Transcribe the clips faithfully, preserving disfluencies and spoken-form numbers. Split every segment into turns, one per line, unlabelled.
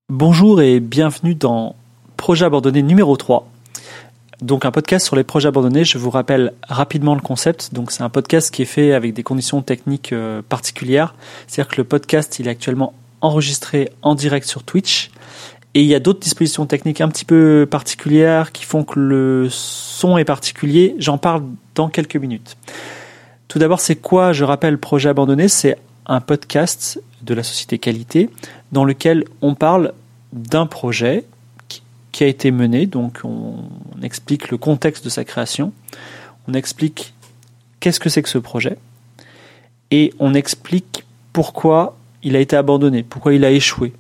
Bonjour et bienvenue dans Projet abandonné numéro trois. Donc un podcast sur les projets abandonnés. Je vous rappelle rapidement le concept. Donc c'est un podcast qui est fait avec des conditions techniques euh, particulières. C'est-à-dire que le podcast il est actuellement enregistré en direct sur Twitch. Et il y a d'autres dispositions techniques un petit peu particulières qui font que le son est particulier. J'en parle dans quelques minutes. Tout d'abord, c'est quoi, je rappelle, Projet abandonné? C'est un podcast de la société Qualité dans lequel on parle d'un projet qui, qui a été mené. Donc, on, on explique le contexte de sa création. On explique qu'est-ce que c'est que ce projet. Et on explique pourquoi il a été abandonné, pourquoi il a échoué.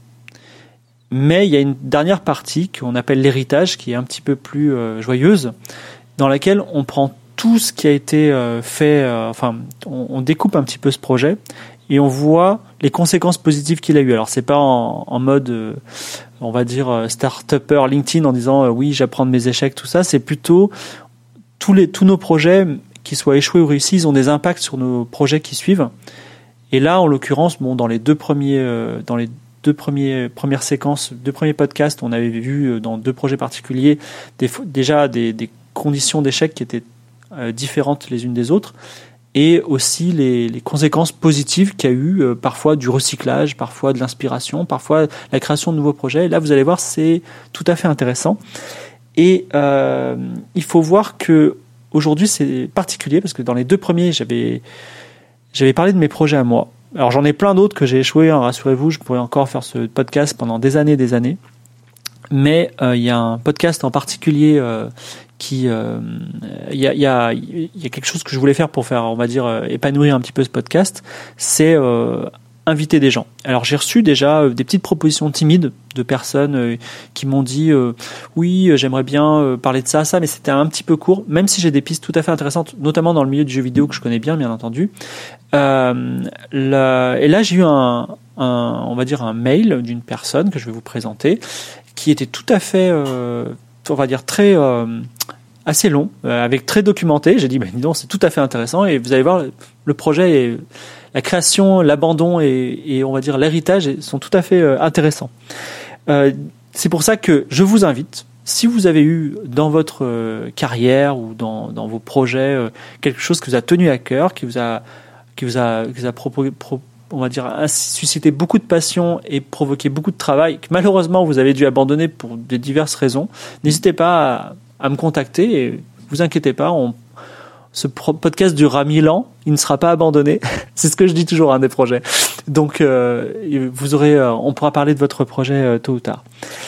Mais il y a une dernière partie qu'on appelle l'héritage, qui est un petit peu plus euh, joyeuse, dans laquelle on prend tout ce qui a été euh, fait, euh, enfin, on, on découpe un petit peu ce projet et on voit les conséquences positives qu'il a eu. Alors c'est pas en, en mode, euh, on va dire euh, start-upper LinkedIn en disant euh, oui j'apprends de mes échecs, tout ça. C'est plutôt tous les tous nos projets, qu'ils soient échoués ou réussis, ils ont des impacts sur nos projets qui suivent. Et là en l'occurrence, bon dans les deux premiers, euh, dans les deux premiers premières séquences, deux premiers podcasts, on avait vu dans deux projets particuliers des, déjà des, des conditions d'échec qui étaient euh, différentes les unes des autres. Et aussi les, les conséquences positives qu'il y a eu, euh, parfois du recyclage, parfois de l'inspiration, parfois la création de nouveaux projets. Et là, vous allez voir, c'est tout à fait intéressant. Et euh, il faut voir que aujourd'hui, c'est particulier parce que dans les deux premiers, j'avais j'avais parlé de mes projets à moi. Alors j'en ai plein d'autres que j'ai échoué. Hein, rassurez-vous, je pourrais encore faire ce podcast pendant des années, des années. Mais euh, il y a un podcast en particulier euh, qui, il euh, y a, il y a, il y a quelque chose que je voulais faire pour faire, on va dire, euh, épanouir un petit peu ce podcast, c'est euh, inviter des gens. Alors j'ai reçu déjà euh, des petites propositions timides de personnes euh, qui m'ont dit euh, oui, j'aimerais bien euh, parler de ça, ça, mais c'était un petit peu court. Même si j'ai des pistes tout à fait intéressantes, notamment dans le milieu du jeu vidéo que je connais bien, bien entendu. Euh, là, et là j'ai eu un, un, on va dire, un mail d'une personne que je vais vous présenter, qui était tout à fait, euh, on va dire, très euh, assez long, euh, avec très documenté. J'ai dit, bah, dis donc, c'est tout à fait intéressant. Et vous allez voir, le projet, et la création, l'abandon et, et on va dire l'héritage sont tout à fait euh, intéressants. Euh, c'est pour ça que je vous invite, si vous avez eu dans votre euh, carrière ou dans, dans vos projets euh, quelque chose qui vous a tenu à cœur, qui vous a, qui vous a, qui vous a proposé, pro, on va dire, suscité beaucoup de passion et provoqué beaucoup de travail, que malheureusement vous avez dû abandonner pour de diverses raisons, n'hésitez pas à, à me contacter et vous inquiétez pas, on, ce podcast durera mille ans, il ne sera pas abandonné. C'est ce que je dis toujours, un des projets. Donc, euh, vous aurez, euh, on pourra parler de votre projet euh, tôt ou tard.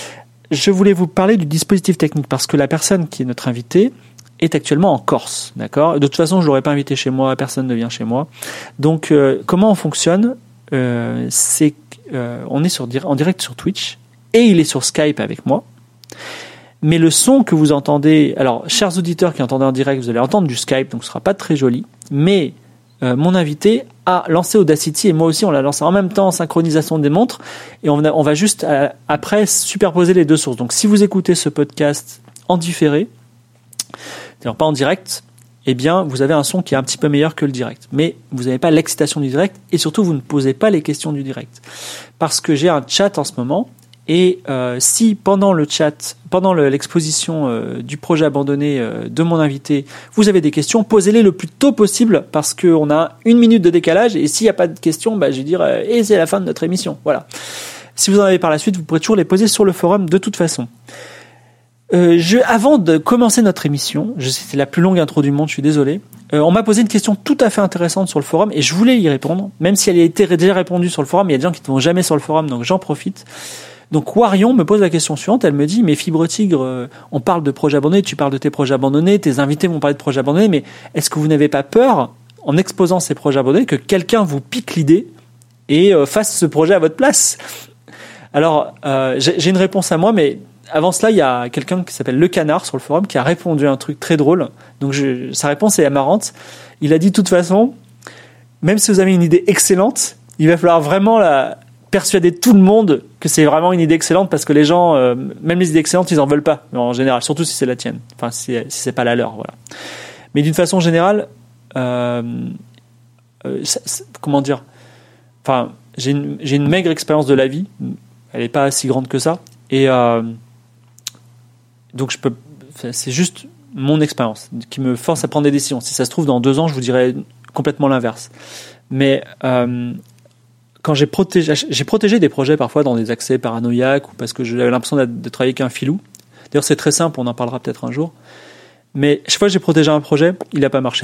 Je voulais vous parler du dispositif technique parce que la personne qui est notre invitée est actuellement en Corse, d'accord ? De toute façon, je l'aurais pas invité chez moi, personne ne vient chez moi. Donc, euh, comment on fonctionne ? euh, C'est euh, on est sur, en direct sur Twitch et il est sur Skype avec moi. Mais le son que vous entendez, alors, chers auditeurs qui entendez en direct, vous allez entendre du Skype, donc ce sera pas très joli. Mais euh, mon invité a lancé Audacity et moi aussi, on l'a lancé en même temps en synchronisation des montres et on, a, on va juste euh, après superposer les deux sources. Donc, si vous écoutez ce podcast en différé, c'est-à-dire pas en direct, eh bien, vous avez un son qui est un petit peu meilleur que le direct. Mais vous n'avez pas l'excitation du direct et surtout, vous ne posez pas les questions du direct. Parce que j'ai un chat en ce moment et euh, si pendant le chat, pendant le, l'exposition euh, du projet abandonné euh, de mon invité, vous avez des questions, posez-les le plus tôt possible parce qu'on a une minute de décalage et s'il n'y a pas de questions, bah, je vais dire euh, et c'est la fin de notre émission. Voilà. Si vous en avez par la suite, vous pourrez toujours les poser sur le forum de toute façon. Euh, je, avant de commencer notre émission, je sais, c'est la plus longue intro du monde, je suis désolé. Euh, on m'a posé une question tout à fait intéressante sur le forum et je voulais y répondre, même si elle a été déjà répondue sur le forum. Il y a des gens qui ne vont jamais sur le forum, donc j'en profite. Donc Warion me pose la question suivante. Elle me dit, mais Fibre Tigre, euh, on parle de projets abandonnés, tu parles de tes projets abandonnés, tes invités vont parler de projets abandonnés, mais est-ce que vous n'avez pas peur, en exposant ces projets abandonnés, que quelqu'un vous pique l'idée et euh, fasse ce projet à votre place ? Alors, euh, j'ai, j'ai une réponse à moi, mais avant cela, il y a quelqu'un qui s'appelle Le Canard sur le forum qui a répondu à un truc très drôle. Donc, je, sa réponse est marrante. Il a dit, de toute façon, même si vous avez une idée excellente, il va falloir vraiment la persuader tout le monde que c'est vraiment une idée excellente parce que les gens, euh, même les idées excellentes, ils en veulent pas en général, surtout si c'est la tienne. Enfin, si, si c'est pas la leur, voilà. Mais d'une façon générale, euh, euh, c'est, c'est, comment dire ? Enfin, j'ai une, j'ai une maigre expérience de la vie. elle est pas si grande que ça. Et euh, donc je peux, c'est juste mon expérience qui me force à prendre des décisions. Si ça se trouve dans deux ans, je vous dirais complètement l'inverse. Mais euh, quand j'ai protégé, j'ai protégé des projets parfois dans des accès paranoïaques ou parce que j'avais l'impression de, de travailler avec un filou. D'ailleurs, c'est très simple, on en parlera peut-être un jour. Mais chaque fois que j'ai protégé un projet, il n'a pas marché.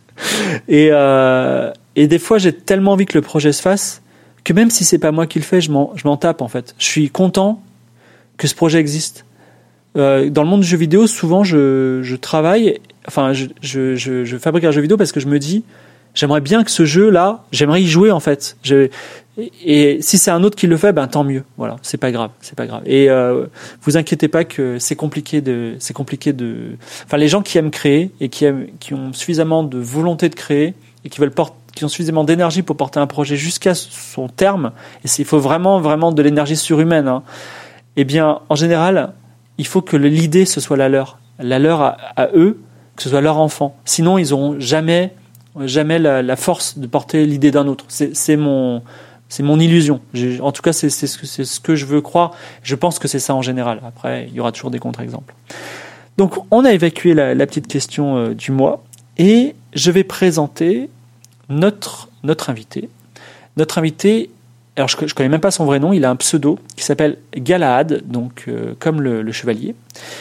et, euh, et des fois, j'ai tellement envie que le projet se fasse que même si c'est pas moi qui le fais, je m'en, je m'en tape en fait. Je suis content que ce projet existe. Euh, dans le monde du jeu vidéo, souvent, je, je travaille, enfin, je, je, je, je fabrique un jeu vidéo parce que je me dis, j'aimerais bien que ce jeu-là, j'aimerais y jouer en fait. Je, et, et si c'est un autre qui le fait, ben tant mieux. Voilà, c'est pas grave, c'est pas grave. Et euh, vous inquiétez pas que c'est compliqué de, c'est compliqué de. Enfin, les gens qui aiment créer et qui aiment, qui ont suffisamment de volonté de créer et qui veulent porter, qui ont suffisamment d'énergie pour porter un projet jusqu'à son terme. Et c'est, il faut vraiment, vraiment de l'énergie surhumaine. Hein. Eh bien, en général, il faut que l'idée ce soit la leur, la leur à, à eux, que ce soit leur enfant. Sinon, ils auront jamais jamais la, la force de porter l'idée d'un autre. C'est, c'est mon, c'est mon illusion. J'ai, en tout cas, c'est, c'est, ce que, c'est ce que je veux croire. Je pense que c'est ça en général. Après, il y aura toujours des contre-exemples. Donc, on a évacué la, la petite question euh, du mois et je vais présenter notre, notre invité. Notre invité, alors je ne connais même pas son vrai nom, il a un pseudo qui s'appelle Galahad, donc euh, comme le, le chevalier.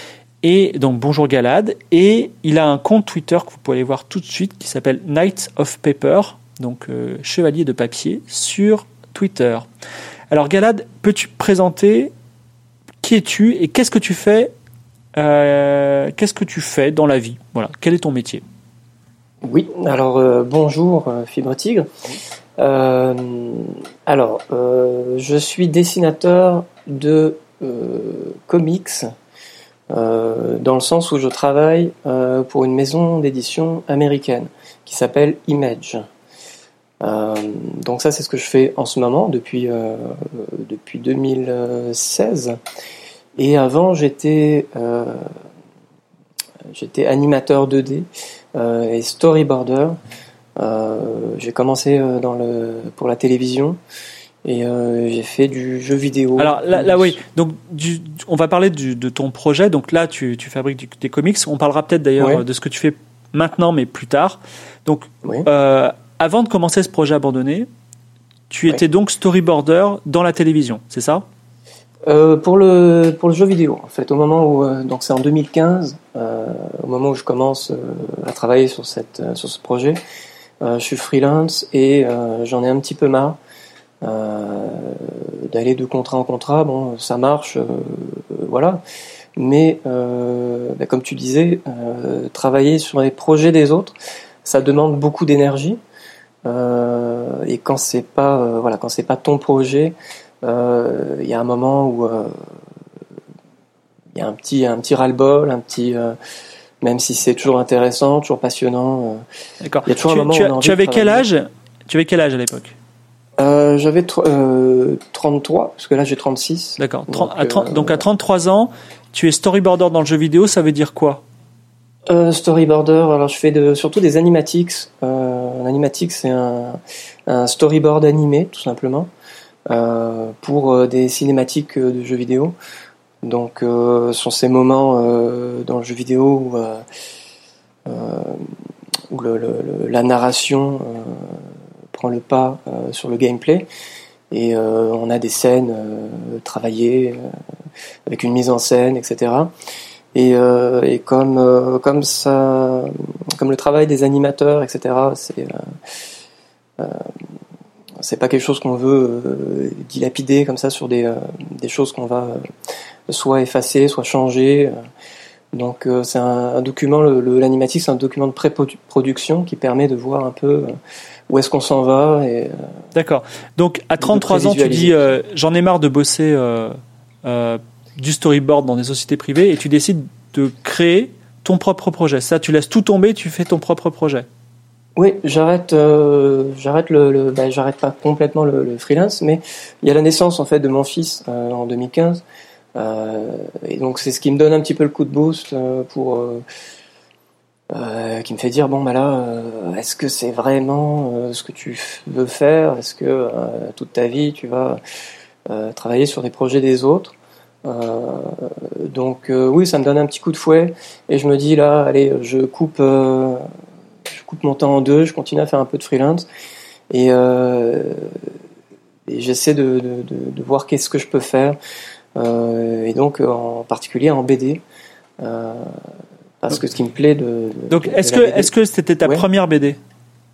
Et donc bonjour Galahad, et il a un compte Twitter que vous pouvez aller voir tout de suite qui s'appelle Knight of Paper, donc euh, chevalier de papier sur Twitter. Alors Galahad, peux-tu présenter qui es-tu et qu'est-ce que tu fais euh, qu'est-ce que tu fais dans la vie? Voilà, quel est ton métier?
Oui, alors euh, bonjour euh, Fibre Tigre. Euh, alors, euh, je suis dessinateur de euh, comics. Euh, dans le sens où je travaille euh, pour une maison d'édition américaine qui s'appelle Image. Euh, donc ça, c'est ce que je fais en ce moment depuis euh, depuis deux mille seize. Et avant, j'étais euh, j'étais animateur deux D euh, et storyboarder. Euh, j'ai commencé dans le pour la télévision. Et euh, j'ai fait du jeu vidéo.
Alors là, là oui. Donc, du, on va parler du, de ton projet. Donc là, tu, tu fabriques du, des comics. On parlera peut-être d'ailleurs ouais. de ce que tu fais maintenant, mais plus tard. Donc, oui. euh, avant de commencer ce projet abandonné, tu ouais. étais donc storyboarder dans la télévision, c'est ça?
euh, Pour le pour le jeu vidéo, en fait, au moment où euh, donc c'est en deux mille quinze, euh, au moment où je commence euh, à travailler sur cette euh, sur ce projet, euh, je suis freelance et euh, j'en ai un petit peu marre. Euh, d'aller de contrat en contrat, bon, ça marche, euh, voilà. Mais euh, bah, comme tu disais, euh, travailler sur les projets des autres, ça demande beaucoup d'énergie. Euh, et quand c'est pas, euh, voilà, quand c'est pas ton projet, il euh, y a un moment où il euh, y a un petit, un petit ras-le-bol, un petit, euh, même si c'est toujours intéressant, toujours passionnant. Euh,
D'accord. Il y a toujours tu, un moment tu, où on a envie tu avais quel âge Tu avais quel âge à l'époque?
Euh, j'avais euh, trente-trois, parce que là j'ai trente-six.
D'accord. Donc, à trente, euh, donc à trente-trois ans, tu es storyboarder dans le jeu vidéo, ça veut dire quoi?
euh, Storyboarder, alors je fais de, surtout des animatics. Euh, un animatics, c'est un, un storyboard animé, tout simplement, euh, pour euh, des cinématiques de jeux vidéo. Donc euh, ce sont ces moments euh, dans le jeu vidéo où, euh, euh, où le, le, le, la narration... Euh, prend le pas euh, sur le gameplay et euh, on a des scènes euh, travaillées euh, avec une mise en scène, et cetera. Et, euh, et comme euh, comme ça, comme le travail des animateurs, et cetera. C'est euh, euh, c'est pas quelque chose qu'on veut euh, dilapider comme ça sur des euh, des choses qu'on va euh, soit effacer, soit changer. Donc euh, c'est un, un document, le, le, l'animatique, c'est un document de pré-production qui permet de voir un peu euh, où est-ce qu'on s'en va. Et, euh,
D'accord. Donc à trente-trois ans, tu dis euh, j'en ai marre de bosser euh, euh, du storyboard dans des sociétés privées et tu décides de créer ton propre projet. Ça, tu laisses tout tomber, tu fais ton propre projet.
Oui, j'arrête, euh, j'arrête le, le bah, j'arrête pas complètement le, le freelance, mais il y a la naissance en fait de mon fils euh, en deux mille quinze. Euh, et donc c'est ce qui me donne un petit peu le coup de boost euh, pour euh, euh, qui me fait dire bon bah là euh, est-ce que c'est vraiment euh, ce que tu veux faire, est-ce que euh, toute ta vie tu vas euh, travailler sur des projets des autres. Euh, donc euh, oui, ça me donne un petit coup de fouet et je me dis là, allez, je coupe, euh, je coupe mon temps en deux, je continue à faire un peu de freelance et, euh, et j'essaie de, de, de, de voir qu'est-ce que je peux faire euh, et donc en particulier en B D euh, parce que ce qui me plaît de, de
donc
de
est-ce
la
que
B D,
est-ce que c'était ta
ouais.
première B D?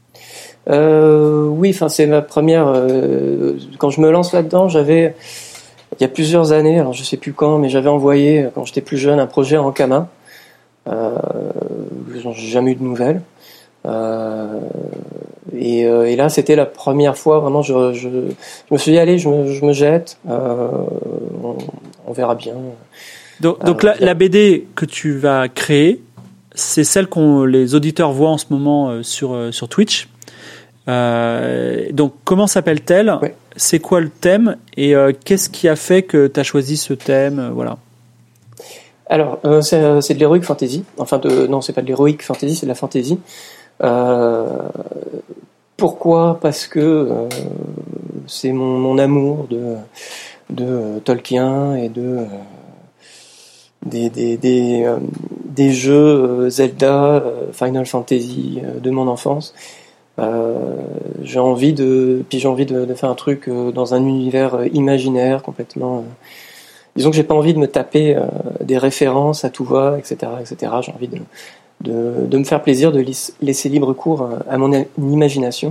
Euh, oui, enfin c'est ma première. Euh, quand je me lance là-dedans, j'avais il y a plusieurs années, alors je sais plus quand, mais j'avais envoyé quand j'étais plus jeune un projet en Ankama. Euh, j'ai jamais eu de nouvelles. Euh, et, euh, et là, c'était la première fois vraiment. Je, je, je me suis dit allez, je me, je me jette. Euh, on, on verra bien.
Donc, donc euh, la, la B D que tu vas créer, c'est celle qu'on les auditeurs voient en ce moment euh, sur euh, sur Twitch. Euh, donc, comment s'appelle-t-elle?
Ouais.
C'est quoi le thème? Et euh, qu'est-ce qui a fait que tu as choisi ce thème? euh, Voilà.
Alors, euh, c'est, c'est de l'heroic fantasy. Enfin, de, non, c'est pas de l'heroic fantasy, c'est de la fantasy. Euh, pourquoi? Parce que euh, c'est mon, mon amour de, de Tolkien et de euh, des, des, des, euh, des jeux Zelda, euh, Final Fantasy euh, de mon enfance. Euh, j'ai envie de, puis j'ai envie de, de faire un truc euh, dans un univers imaginaire complètement. Euh, disons que j'ai pas envie de me taper euh, des références à tout va, et cetera, et cetera. J'ai envie de, de, de me faire plaisir, de laisser libre cours à mon imagination.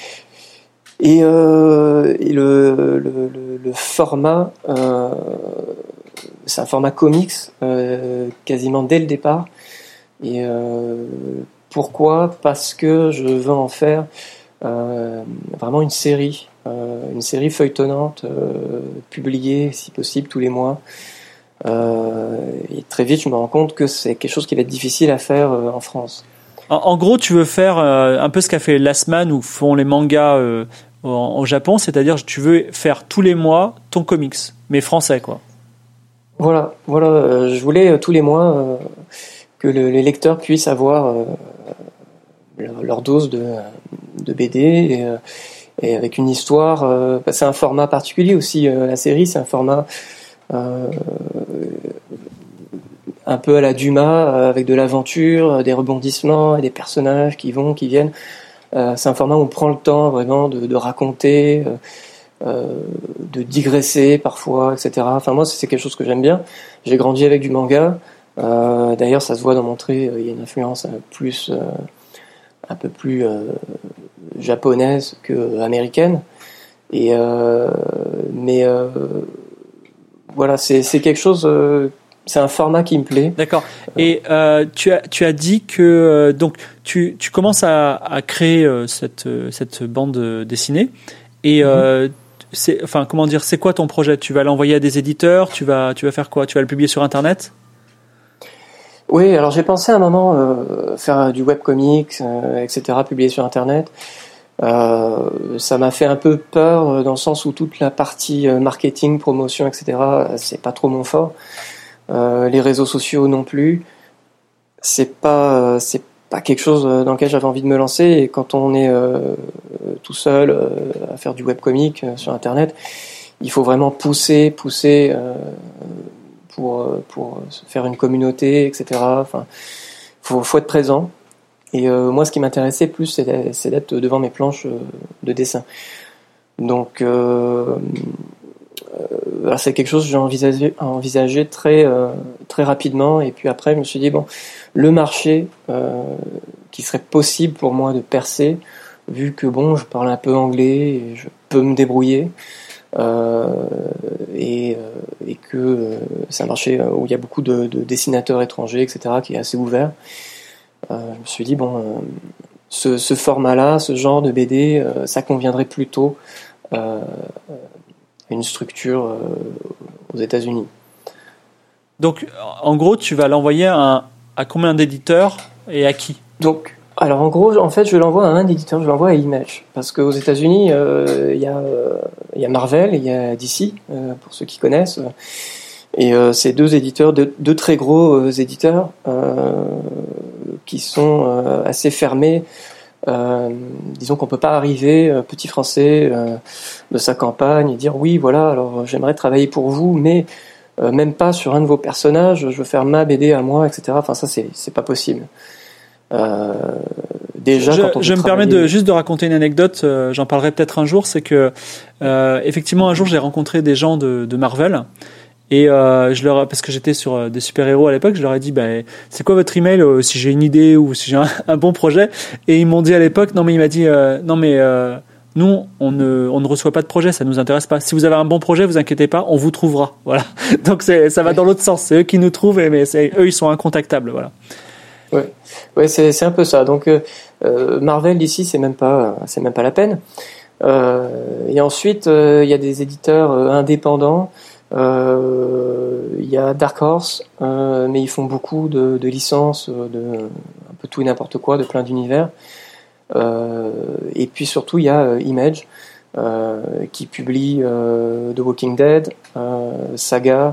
Et, euh, et le, le, le, le format, euh, c'est un format comics euh, quasiment dès le départ. Et euh, pourquoi? Parce que je veux en faire euh, vraiment une série, euh, une série feuilletonnante, euh, publiée si possible tous les mois. Euh, et très vite, je me rends compte que c'est quelque chose qui va être difficile à faire euh, en France.
En, en gros, tu veux faire euh, un peu ce qu'a fait Last Man ou font les mangas euh, au, au Japon, c'est-à-dire tu veux faire tous les mois ton comics, mais français, quoi.
Voilà, voilà. Euh, je voulais euh, tous les mois euh, que le, les lecteurs puissent avoir euh, leur, leur dose de, de B D et, euh, et avec une histoire. Euh, c'est un format particulier aussi. Euh, la série, c'est un format euh, un peu à la Dumas, euh, avec de l'aventure, des rebondissements et des personnages qui vont, qui viennent. Euh, c'est un format où on prend le temps vraiment de, de raconter. Euh, Euh, de digresser parfois, et cetera. Enfin moi c'est quelque chose que j'aime bien. J'ai grandi avec du manga. Euh, d'ailleurs ça se voit dans mon trait. Il y a une influence un, plus, euh, un peu plus euh, japonaise que américaine. Et euh, mais euh, voilà c'est c'est quelque chose. Euh, c'est un format qui me plaît.
D'accord. Et euh, tu as tu as dit que euh, donc tu tu commences à, à créer euh, cette cette bande dessinée et euh, mm-hmm. C'est, enfin, comment dire, c'est quoi ton projet? Tu vas l'envoyer à des éditeurs? Tu vas, tu vas faire quoi? Tu vas le publier sur Internet?
Oui, alors j'ai pensé à un moment euh, faire du webcomics, euh, et cetera, publier sur Internet. Euh, ça m'a fait un peu peur dans le sens où toute la partie marketing, promotion, et cetera, c'est pas trop mon fort. Euh, les réseaux sociaux non plus. C'est pas, c'est pas quelque chose dans lequel j'avais envie de me lancer. Et quand on est euh, tout seul euh, à faire du webcomic euh, sur Internet, il faut vraiment pousser, pousser euh, pour pour se faire une communauté, et cetera. Enfin, faut faut être présent. Et euh, moi, ce qui m'intéressait plus, c'est d'être, c'est d'être devant mes planches euh, de dessin. Donc, euh, euh, c'est quelque chose que j'ai envisagé, envisagé très euh, très rapidement. Et puis après, je me suis dit bon, le marché euh, qui serait possible pour moi de percer, vu que bon, je parle un peu anglais et je peux me débrouiller, euh, et, euh, et que euh, c'est un marché où il y a beaucoup de, de dessinateurs étrangers, et cetera, qui est assez ouvert. Euh, je me suis dit bon, euh, ce, ce format-là, ce genre de B D, euh, ça conviendrait plutôt euh, à une structure euh, aux États-Unis.
Donc, en gros, tu vas l'envoyer à, à combien d'éditeurs et à qui?
Donc, alors en gros, en fait, je l'envoie à un éditeur, je l'envoie à Image, parce qu'aux États-Unis, il euh, y a euh, il y a Marvel, il y a D C, euh, pour ceux qui connaissent, et euh, c'est deux éditeurs, deux, deux très gros euh, éditeurs euh, qui sont euh, assez fermés Euh, disons qu'on peut pas arriver, euh, petit Français euh, de sa campagne, et dire oui, voilà, alors j'aimerais travailler pour vous, mais euh, même pas sur un de vos personnages, je veux faire ma B D à moi, et cetera. Enfin, ça, c'est c'est pas possible. Euh, déjà,
je,
quand on
je me
travailler...
permets de juste de raconter une anecdote. Euh, j'en parlerai peut-être un jour. C'est que euh, effectivement, un jour, j'ai rencontré des gens de, de Marvel. Et euh, je leur, parce que j'étais sur euh, des super-héros à l'époque, je leur ai dit, bah, c'est quoi votre email euh, si j'ai une idée ou si j'ai un, un bon projet. Et ils m'ont dit à l'époque, non mais il m'a dit, euh, non mais euh, nous, on ne, on ne reçoit pas de projet, ça nous intéresse pas. Si vous avez un bon projet, vous inquiétez pas, on vous trouvera. Voilà. Donc c'est, ça va dans l'autre sens. C'est eux qui nous trouvent, mais c'est, eux ils sont incontactables. Voilà.
Ouais, ouais, c'est c'est un peu ça. Donc euh, Marvel ici, c'est même pas, c'est même pas la peine. Euh, et ensuite, il euh, y a des éditeurs euh, indépendants. Il euh, y a Dark Horse, euh, mais ils font beaucoup de, de licences, de un peu tout et n'importe quoi, de plein d'univers. Euh, et puis surtout, il y a euh, Image, euh, qui publie euh, The Walking Dead, euh, Saga.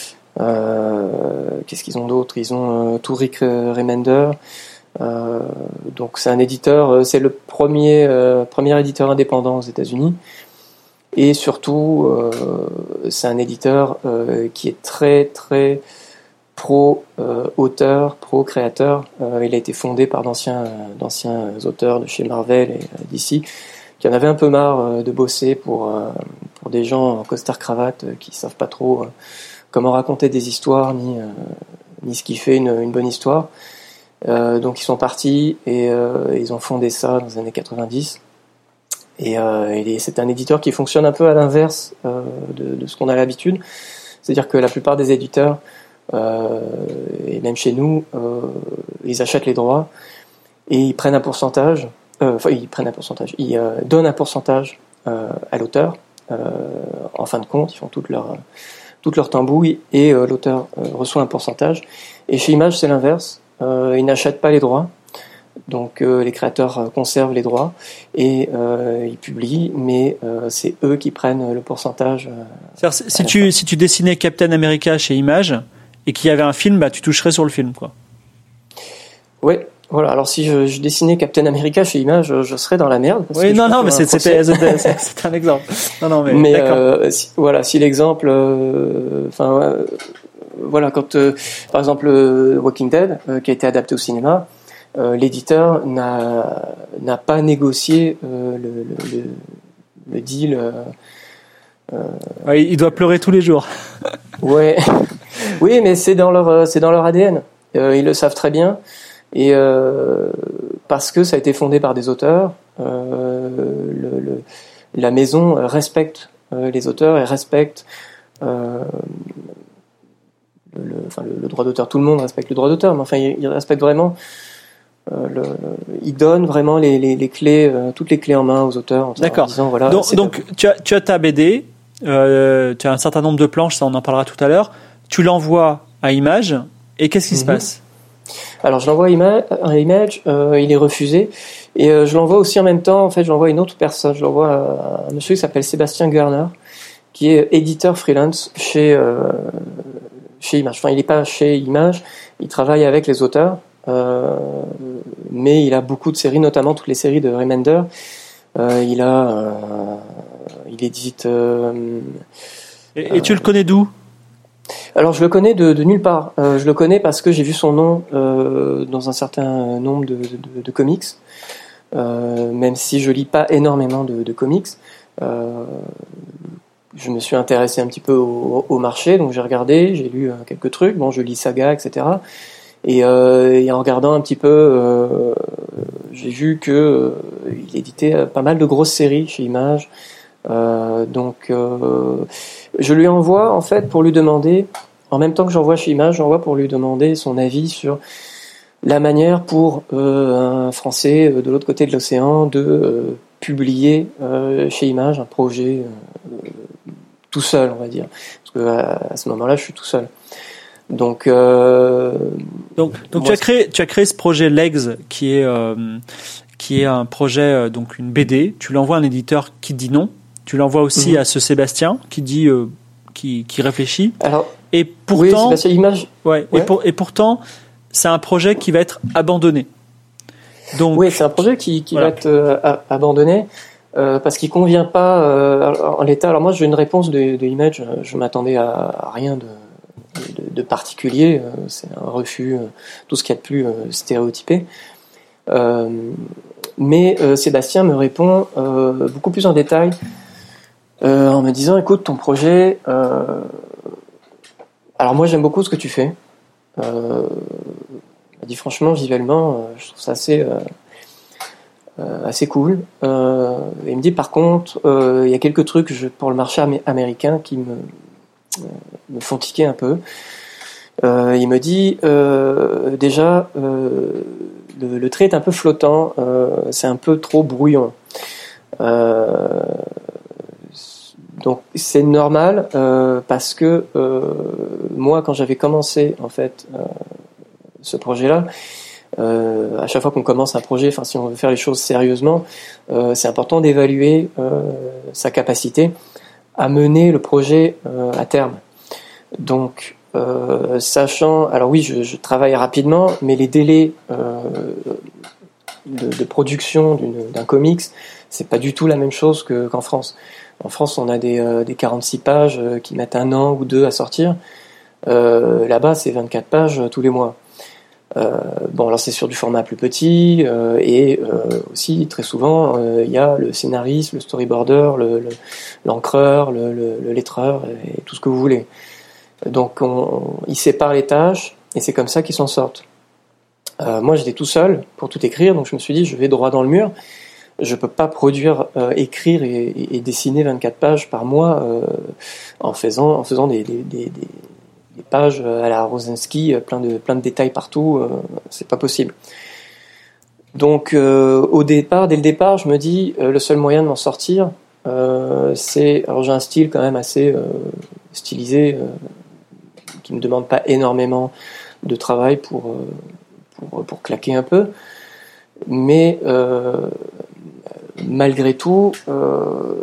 Euh, qu'est-ce qu'ils ont d'autre? Ils ont euh, Turic Remender. Euh, donc c'est un éditeur, c'est le premier euh, premier éditeur indépendant aux États-Unis. Et surtout, euh, c'est un éditeur euh, qui est très très pro euh, auteur, pro créateur. Euh, il a été fondé par d'anciens d'anciens auteurs de chez Marvel et euh, D C, qui en avaient un peu marre euh, de bosser pour euh, pour des gens en costard cravate euh, qui savent pas trop euh, comment raconter des histoires ni euh, ni ce qui fait une, une bonne histoire. Euh, donc ils sont partis et euh, ils ont fondé ça dans les années quatre-vingt-dix. Et, euh, et c'est un éditeur qui fonctionne un peu à l'inverse euh, de, de ce qu'on a l'habitude. C'est-à-dire que la plupart des éditeurs, euh, et même chez nous, euh, ils achètent les droits et ils prennent un pourcentage, euh, enfin ils prennent un pourcentage, ils euh, donnent un pourcentage euh, à l'auteur. Euh, en fin de compte, ils font toute leur, toute leur tambouille et euh, l'auteur euh, reçoit un pourcentage. Et chez Image, c'est l'inverse. Euh, ils n'achètent pas les droits. Donc euh, les créateurs euh, conservent les droits et euh, ils publient, mais euh, c'est eux qui prennent le pourcentage. Euh,
si tu si tu dessinais Captain America chez Image et qu'il y avait un film, bah tu toucherais sur le film, quoi.
Ouais, voilà. Alors si je, je dessinais Captain America chez Image, je, je serais dans la merde. Parce
oui,
que
non, non, mais c'était c'était, c'était un exemple. Non, non, mais,
mais
d'accord.
Euh, si, voilà, si l'exemple, enfin euh, euh, voilà, quand euh, par exemple euh, Walking Dead euh, qui a été adapté au cinéma. Euh, l'éditeur n'a n'a pas négocié euh, le, le, le deal. Euh,
euh... Ouais, il doit pleurer tous les jours.
Ouais, oui, mais c'est dans leur c'est dans leur A D N. Euh, ils le savent très bien et euh, parce que ça a été fondé par des auteurs. Euh, le, le, la maison respecte euh, les auteurs et respecte euh, le, enfin, le, le droit d'auteur. Tout le monde respecte le droit d'auteur, mais enfin, ils il respectent vraiment. Euh, le, le, il donne vraiment les, les, les clés, euh, toutes les clés en main aux auteurs. En
D'accord.
Disant, voilà,
donc, donc tu, as, tu as ta B D, euh, tu as un certain nombre de planches, ça on en parlera tout à l'heure. Tu l'envoies à Image, et qu'est-ce qui mm-hmm. se passe?
Alors je l'envoie à Ima- à Image, euh, il est refusé, et euh, je l'envoie aussi en même temps. En fait, je l'envoie à une autre personne. Je l'envoie à un monsieur qui s'appelle Sébastien Garner, qui est éditeur freelance chez euh, chez Image. Enfin, il n'est pas chez Image, il travaille avec les auteurs. Euh, mais il a beaucoup de séries, notamment toutes les séries de Remender. Euh, il a, euh, il édite. Euh,
et, et tu euh, le connais d'où?
Alors je le connais de, de nulle part. Euh, je le connais parce que j'ai vu son nom euh, dans un certain nombre de, de, de comics. Euh, même si je lis pas énormément de, de comics, euh, je me suis intéressé un petit peu au, au marché, donc j'ai regardé, j'ai lu quelques trucs. Bon, je lis Saga, et cetera. Et, euh, et en regardant un petit peu, euh, j'ai vu que euh, il éditait pas mal de grosses séries chez Image. Euh, donc, euh, je lui envoie en fait pour lui demander, en même temps que j'envoie chez Image, j'envoie pour lui demander son avis sur la manière pour euh, un Français de l'autre côté de l'océan de euh, publier euh, chez Image un projet euh, tout seul, on va dire. Parce que à, à ce moment-là, je suis tout seul. Donc, euh,
donc, donc tu as créé, tu as créé ce projet Legs qui est, euh, qui est un projet, euh, donc une B D. Tu l'envoies à un éditeur qui dit non. Tu l'envoies aussi mm-hmm. à ce Sébastien qui dit, euh, qui, qui réfléchit.
Alors,
et pourtant,
oui, Sébastien Image.
Ouais, ouais. Et, pour, et pourtant, c'est un projet qui va être abandonné.
Donc, oui, c'est un projet qui, qui voilà. va être euh, abandonné euh, parce qu'il convient pas euh, en l'état. Alors moi, j'ai une réponse de, de Image. Je m'attendais à, à rien de, de, de particulier. C'est un refus, tout ce qu'il y a de plus euh, stéréotypé. Euh, mais euh, Sébastien me répond euh, beaucoup plus en détail euh, en me disant, écoute, ton projet. Euh, alors moi, j'aime beaucoup ce que tu fais. Euh, il m'a dit franchement, visuellement, euh, je trouve ça assez, euh, euh, assez cool. Euh, et il me dit par contre, euh, il y a quelques trucs je, pour le marché am- américain qui me, euh, me font tiquer un peu. Euh, il me dit euh, déjà, euh, le, le trait est un peu flottant, euh, c'est un peu trop brouillon. Euh, donc c'est normal euh, parce que euh, moi, quand j'avais commencé en fait. Euh, ce projet-là, euh, à chaque fois qu'on commence un projet, enfin si on veut faire les choses sérieusement, euh, c'est important d'évaluer euh, sa capacité à mener le projet euh, à terme. Donc, euh, sachant, alors oui, je, je travaille rapidement, mais les délais euh, de, de production d'une, d'un comics, c'est pas du tout la même chose que, qu'en France. En France, on a des, euh, des quarante-six pages euh, qui mettent un an ou deux à sortir. Euh, là-bas, c'est vingt-quatre pages euh, tous les mois. Euh, bon, alors c'est sur du format plus petit euh, et euh, aussi très souvent il euh, y a le scénariste, le storyboarder, le, le, l'encreur, le, le, le lettreur et tout ce que vous voulez. Donc on, on, ils séparent les tâches et c'est comme ça qu'ils s'en sortent. Euh, moi j'étais tout seul pour tout écrire, donc je me suis dit je vais droit dans le mur. Je peux pas produire, euh, écrire et, et, et dessiner vingt-quatre pages par mois euh, en faisant en faisant des, des, des, des des pages à la Rosinski, plein de plein de détails partout, euh, c'est pas possible. Donc euh, au départ, dès le départ, je me dis euh, le seul moyen de m'en sortir, euh, c'est, alors j'ai un style quand même assez euh, stylisé, euh, qui me demande pas énormément de travail pour euh, pour pour claquer un peu, mais euh, malgré tout, euh,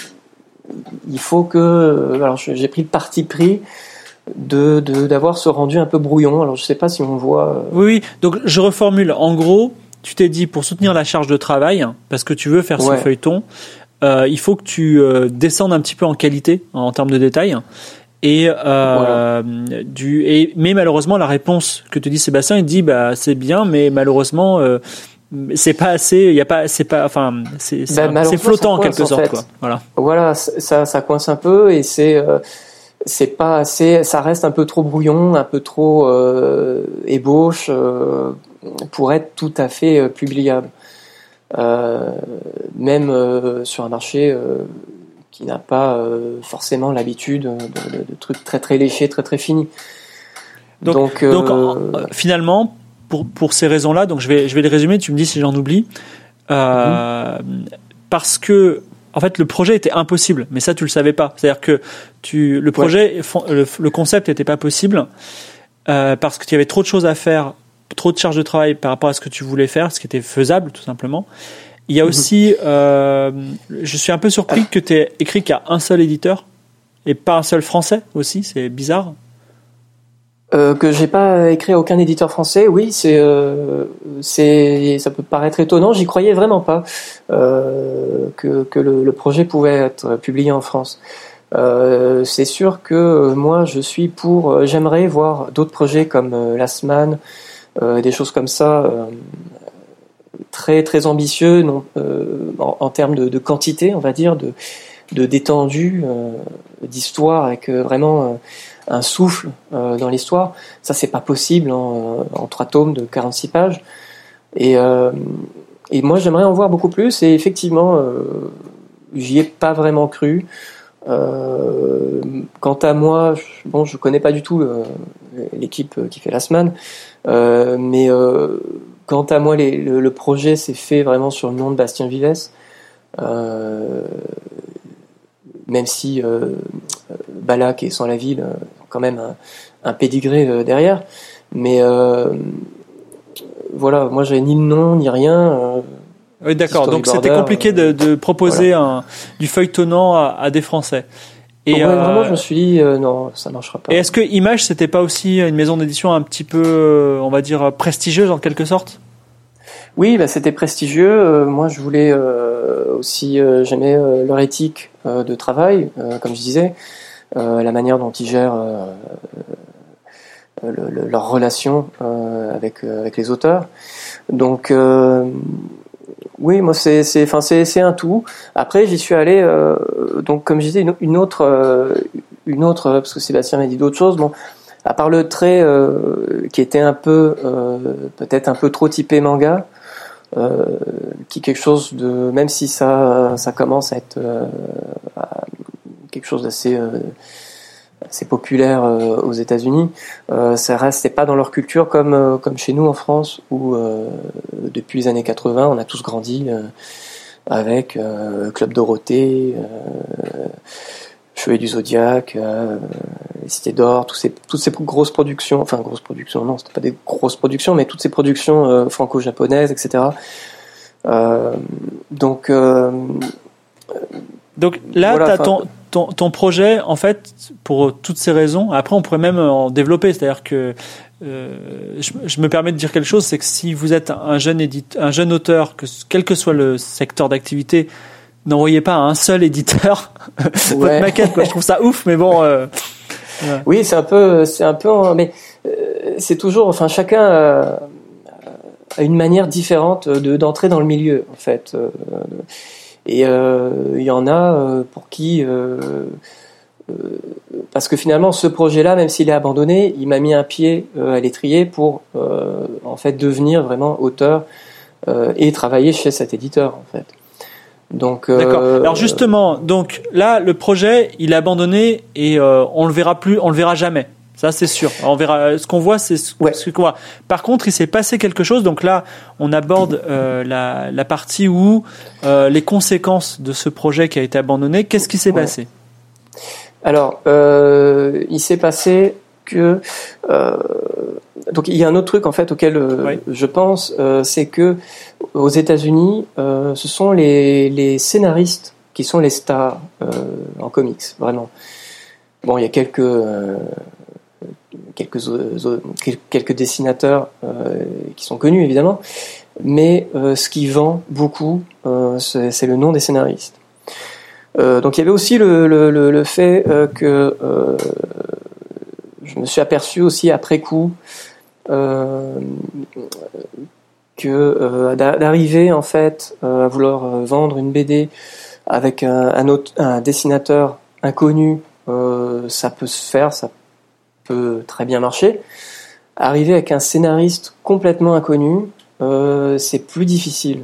il faut que, alors j'ai pris le parti pris De, de d'avoir ce rendu un peu brouillon. Alors je sais pas si on voit. Euh...
Oui, oui. Donc je reformule. En gros, tu t'es dit pour soutenir la charge de travail, parce que tu veux faire ouais. ce feuilleton, euh, il faut que tu euh, descendes un petit peu en qualité en, en termes de détails. Et, euh, voilà. du, et mais malheureusement la réponse que te dit Sébastien, il dit bah c'est bien, mais malheureusement euh, c'est pas assez. Il y a pas, c'est pas, enfin c'est c'est, bah, un, c'est flottant en quelque en sorte. Fait. Quoi. Voilà.
Voilà, ça ça coince un peu et c'est. Euh, c'est pas assez, ça reste un peu trop brouillon, un peu trop euh, ébauche euh, pour être tout à fait euh, publiable. Euh, même euh, sur un marché euh, qui n'a pas euh, forcément l'habitude de, de, de trucs très très léchés, très très finis.
Donc, donc, euh, donc euh, finalement, pour pour ces raisons-là, donc je vais je vais les résumer. Tu me dis si j'en oublie. Euh, mm-hmm. Parce que en fait, le projet était impossible, mais ça, tu le savais pas. C'est-à-dire que tu, le projet, ouais. le, le concept était pas possible euh, parce qu'il y avait trop de choses à faire, trop de charge de travail par rapport à ce que tu voulais faire, ce qui était faisable, tout simplement. Il y a mm-hmm. aussi, euh, je suis un peu surpris que tu aies écrit qu'il y a un seul éditeur et pas un seul français aussi. C'est bizarre.
Euh, que j'ai pas écrit à aucun éditeur français, oui, c'est, euh, c'est, ça peut paraître étonnant. J'y croyais vraiment pas euh, que, que le, le projet pouvait être publié en France. Euh, c'est sûr que moi, je suis pour. J'aimerais voir d'autres projets comme euh, Last Man, euh, des choses comme ça, euh, très très ambitieux, non, euh, en, en termes de, de quantité, on va dire, de, de d'étendue, euh, d'histoire, avec euh, vraiment. Euh, un souffle euh, dans l'histoire, ça c'est pas possible en, en trois tomes de quarante-six pages. Et, euh, et moi j'aimerais en voir beaucoup plus. Et effectivement, euh, j'y ai pas vraiment cru. Euh, quant à moi, je, bon, je connais pas du tout le, l'équipe qui fait Last Man, euh, mais euh, quant à moi, les, le, le projet s'est fait vraiment sur le nom de Bastien Vives. Euh, même si euh, Balak et Sans la ville euh, ont quand même un, un pédigré euh, derrière, mais euh, voilà, moi j'avais ni le nom ni rien. Euh,
oui, d'accord. Donc c'était compliqué de, de proposer voilà. un, du feuilletonnant à, à des Français.
Et ouais, euh, vraiment, je me suis dit euh, non, ça marchera pas.
Et est-ce que Image, c'était pas aussi une maison d'édition un petit peu, on va dire, prestigieuse en quelque sorte ?
Oui, bah, c'était prestigieux. Euh, moi, je voulais euh, aussi, euh, j'aimais euh, leur éthique euh, de travail, euh, comme je disais, euh, la manière dont ils gèrent euh, le, le, leur relation euh, avec euh, avec les auteurs. Donc, euh, oui, moi, c'est c'est, enfin, c'est c'est un tout. Après, j'y suis allé. Euh, donc, comme je disais, une, une autre, euh, une autre, parce que Sébastien m'a dit d'autres choses. Bon, à part le trait euh, qui était un peu, euh, peut-être un peu trop typé manga. Euh, qui est quelque chose de, même si ça ça commence à être euh, à quelque chose d'assez euh, assez populaire euh, aux États-Unis, euh, ça restait pas dans leur culture comme euh, comme chez nous en France où euh, depuis les années quatre-vingts on a tous grandi euh, avec euh, Club Dorothée, euh, Chevalier du Zodiaque, euh, les Cités d'Or, tous ces, toutes ces grosses productions, enfin grosses productions, non, c'était pas des grosses productions, mais toutes ces productions euh, franco-japonaises, et cetera. Euh, donc, euh,
donc là,
voilà,
t'as ton, ton ton projet, en fait, pour toutes ces raisons. Après, on pourrait même en développer, c'est-à-dire que euh, je, je me permets de dire quelque chose, c'est que si vous êtes un jeune éditeur, un jeune auteur, que quel que soit le secteur d'activité, n'envoyez pas à un seul éditeur ouais. votre maquette, quoi. Je trouve ça ouf, mais bon. Euh,
ouais. Oui, c'est un peu, c'est un peu, mais euh, c'est toujours, enfin, chacun euh, a une manière différente de d'entrer dans le milieu, en fait. Euh, et il euh, y en a euh, pour qui, euh, euh, parce que finalement, ce projet-là, même s'il est abandonné, il m'a mis un pied euh, à l'étrier pour, euh, en fait, devenir vraiment auteur euh, et travailler chez cet éditeur, en fait. Donc, euh,
d'accord. Alors justement, donc là, le projet, il est abandonné et euh, on le verra plus, on le verra jamais. Ça, c'est sûr. Alors, on verra. Ce qu'on voit, c'est ce,
ouais.
ce qu'on voit. Par contre, il s'est passé quelque chose. Donc là, on aborde euh, la, la partie où euh, les conséquences de ce projet qui a été abandonné. Qu'est-ce qui s'est
ouais.
passé ?
Alors, euh, il s'est passé que euh, donc il y a un autre truc en fait auquel euh, oui. je pense, euh, c'est que aux États-Unis, euh, ce sont les, les scénaristes qui sont les stars euh, en comics, vraiment. Bon, il y a quelques euh, quelques euh, quelques dessinateurs euh, qui sont connus évidemment, mais euh, ce qui vend beaucoup, euh, c'est, c'est le nom des scénaristes. Euh, donc il y avait aussi le, le, le, le fait euh, que euh, je me suis aperçu aussi après coup euh, que euh, d'arriver en fait euh, à vouloir vendre une B D avec un, un, autre, un dessinateur inconnu, euh, ça peut se faire, ça peut très bien marcher. Arriver avec un scénariste complètement inconnu, euh, c'est plus difficile.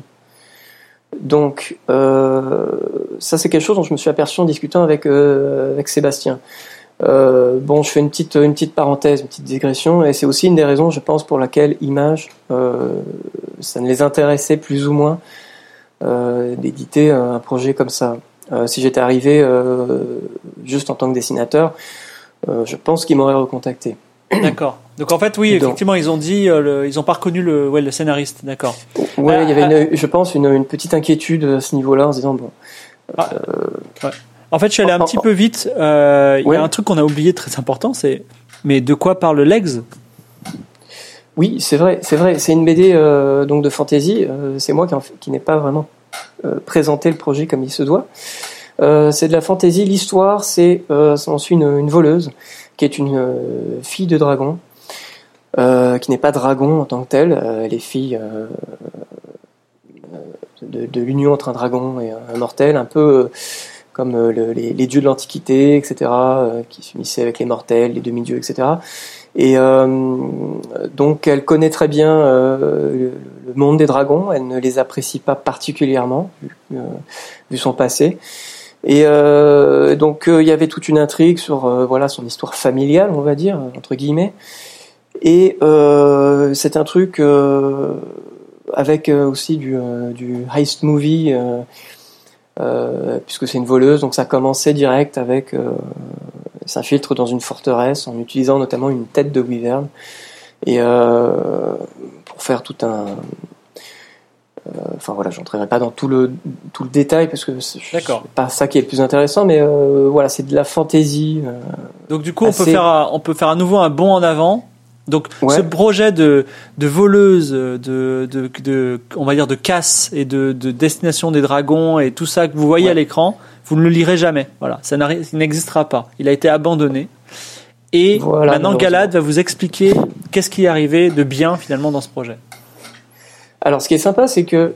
Donc euh, ça c'est quelque chose dont je me suis aperçu en discutant avec euh, avec Sébastien. Euh, bon, je fais une petite une petite parenthèse, une petite digression, et c'est aussi une des raisons, je pense, pour laquelle Image, euh, ça ne les intéressait plus ou moins euh, d'éditer un projet comme ça. Euh, si j'étais arrivé euh, juste en tant que dessinateur, euh, je pense qu'ils m'auraient recontacté.
D'accord. Donc en fait, oui, Donc, effectivement, ils ont dit, euh, le, ils ont pas reconnu le, ouais, le scénariste. D'accord.
Ouais, euh, il y avait, une, je pense, une, une petite inquiétude à ce niveau-là, en se disant bon.
Ah, euh, ouais. En fait, je suis allé un oh, petit oh, peu vite. Euh, il ouais. y a un truc qu'on a oublié très important, c'est mais de quoi parle Legs ?
Oui, c'est vrai, c'est vrai. C'est une B D euh, donc de fantasy. Euh, c'est moi qui, en, qui n'ai pas vraiment euh, présenté le projet comme il se doit. Euh, c'est de la fantasy. L'histoire, c'est euh, on suit une, une voleuse qui est une euh, fille de dragon, euh, qui n'est pas dragon en tant que telle. Euh, elle est fille euh, de, de l'union entre un dragon et un mortel, un peu euh, comme euh, le, les, les dieux de l'Antiquité, et cetera, euh, qui s'unissaient avec les mortels, les demi-dieux, et cetera. Et euh, donc elle connaît très bien euh, le, le monde des dragons. Elle ne les apprécie pas particulièrement vu, euh, vu son passé. Et euh, donc il euh, y avait toute une intrigue sur euh, voilà son histoire familiale, on va dire entre guillemets. Et euh, c'est un truc euh, avec euh, aussi du, euh, du heist movie, euh, euh, puisque c'est une voleuse. Donc ça commençait direct avec euh, s'infiltre dans une forteresse en utilisant notamment une tête de wyvern et euh, pour faire tout un Enfin voilà, j'entrerai pas dans tout le tout le détail parce que c'est
D'accord.
pas ça qui est le plus intéressant, mais euh, voilà, c'est de la fantaisie. Euh,
Donc du coup, assez... on peut faire un, on peut faire à nouveau un bond en avant Donc
Ouais.
ce projet de de voleuse, de, de de on va dire de casse et de de destination des dragons et tout ça que vous voyez
Ouais.
à l'écran, vous ne le lirez jamais. Voilà, ça n'arri- il n'existera pas. Il a été abandonné. Et
Voilà,
maintenant,
malheureusement.
Galad va vous expliquer qu'est-ce qui est arrivé de bien finalement dans ce projet.
Alors, ce qui est sympa, c'est que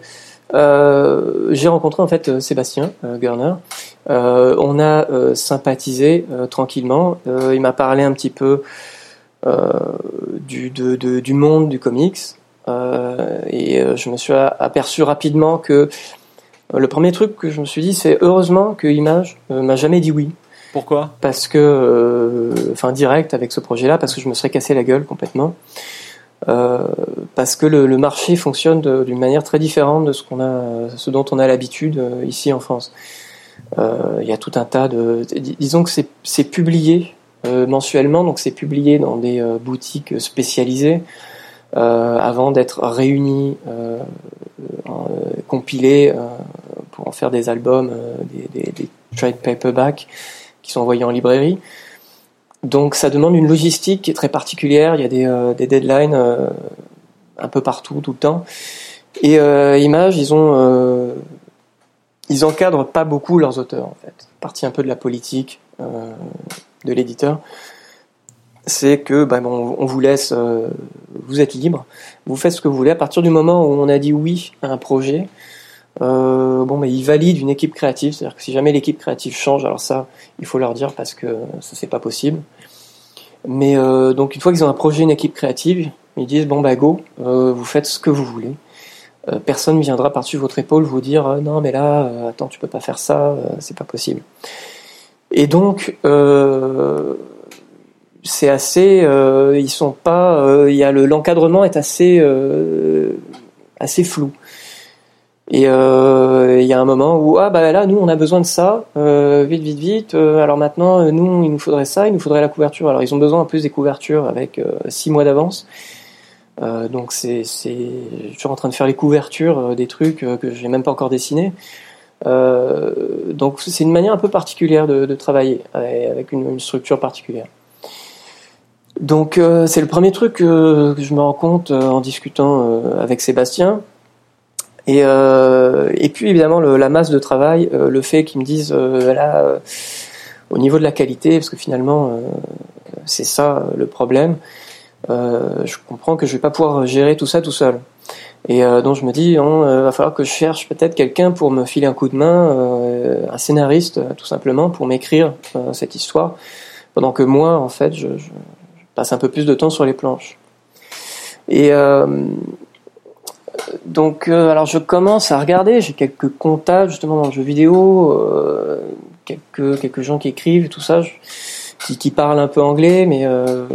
euh, j'ai rencontré en fait Sébastien euh, Görner. Euh, on a euh, sympathisé euh, tranquillement. Euh, il m'a parlé un petit peu euh, du, de, de, du monde du comics. Euh, et euh, je me suis aperçu rapidement que euh, le premier truc que je me suis dit, c'est heureusement que Image euh, m'a jamais dit oui.
Pourquoi ?
Parce que, euh, enfin direct avec ce projet-là, parce que je me serais cassé la gueule complètement. Euh, parce que le, le marché fonctionne de- d'une manière très différente de ce qu'on a, ce dont on a l'habitude euh, ici en France. Euh, Il y a tout un tas de, dis- disons que c'est, c'est publié euh, mensuellement, donc c'est publié dans des euh, boutiques spécialisées euh, avant d'être réuni, euh, euh, compilé euh, pour en faire des albums, euh, des, des, des trade paperbacks qui sont envoyés en librairie. Donc ça demande une logistique qui est très particulière, il y a des, euh, des deadlines euh, un peu partout, tout le temps. Et euh, Image, ils ont euh, ils encadrent pas beaucoup leurs auteurs en fait. Partie un peu de la politique euh, de l'éditeur, c'est que bah, bon, on vous laisse, euh, vous êtes libre, vous faites ce que vous voulez. À partir du moment où on a dit oui à un projet, Euh, bon, mais ils valident une équipe créative, c'est-à-dire que si jamais l'équipe créative change, alors ça, il faut leur dire parce que ça c'est pas possible. Mais euh, donc une fois qu'ils ont un projet, une équipe créative, ils disent bon bah go, euh, vous faites ce que vous voulez. Euh, personne ne viendra par-dessus votre épaule vous dire euh, non mais là, euh, attends tu peux pas faire ça, euh, c'est pas possible. Et donc euh, c'est assez, euh, ils sont pas, euh, il y a le l'encadrement est assez euh, assez flou. Et euh, il y a un moment où ah bah là nous on a besoin de ça euh, vite vite vite euh, alors maintenant euh, nous il nous faudrait ça, il nous faudrait la couverture. Alors ils ont besoin en plus des couvertures avec euh, six mois d'avance. Euh, donc c'est c'est je suis toujours en train de faire les couvertures euh, des trucs euh, que j'ai même pas encore dessinés. Euh, donc c'est une manière un peu particulière de, de travailler avec une, une structure particulière. Donc euh, c'est le premier truc que, que je me rends compte euh, en discutant euh, avec Sébastien. Et, euh, et puis évidemment le, la masse de travail, euh, le fait qu'ils me disent euh, là euh, au niveau de la qualité, parce que finalement euh, c'est ça euh, le problème, euh, je comprends que je vais pas pouvoir gérer tout ça tout seul. Et euh, donc je me dis, il euh, va falloir que je cherche peut-être quelqu'un pour me filer un coup de main, euh, un scénariste euh, tout simplement pour m'écrire euh, cette histoire, pendant que moi en fait je, je, je passe un peu plus de temps sur les planches. Et euh, Donc, euh, alors je commence à regarder, j'ai quelques contacts justement dans le jeu vidéo, euh, quelques quelques gens qui écrivent, tout ça, je, qui, qui parlent un peu anglais, mais euh,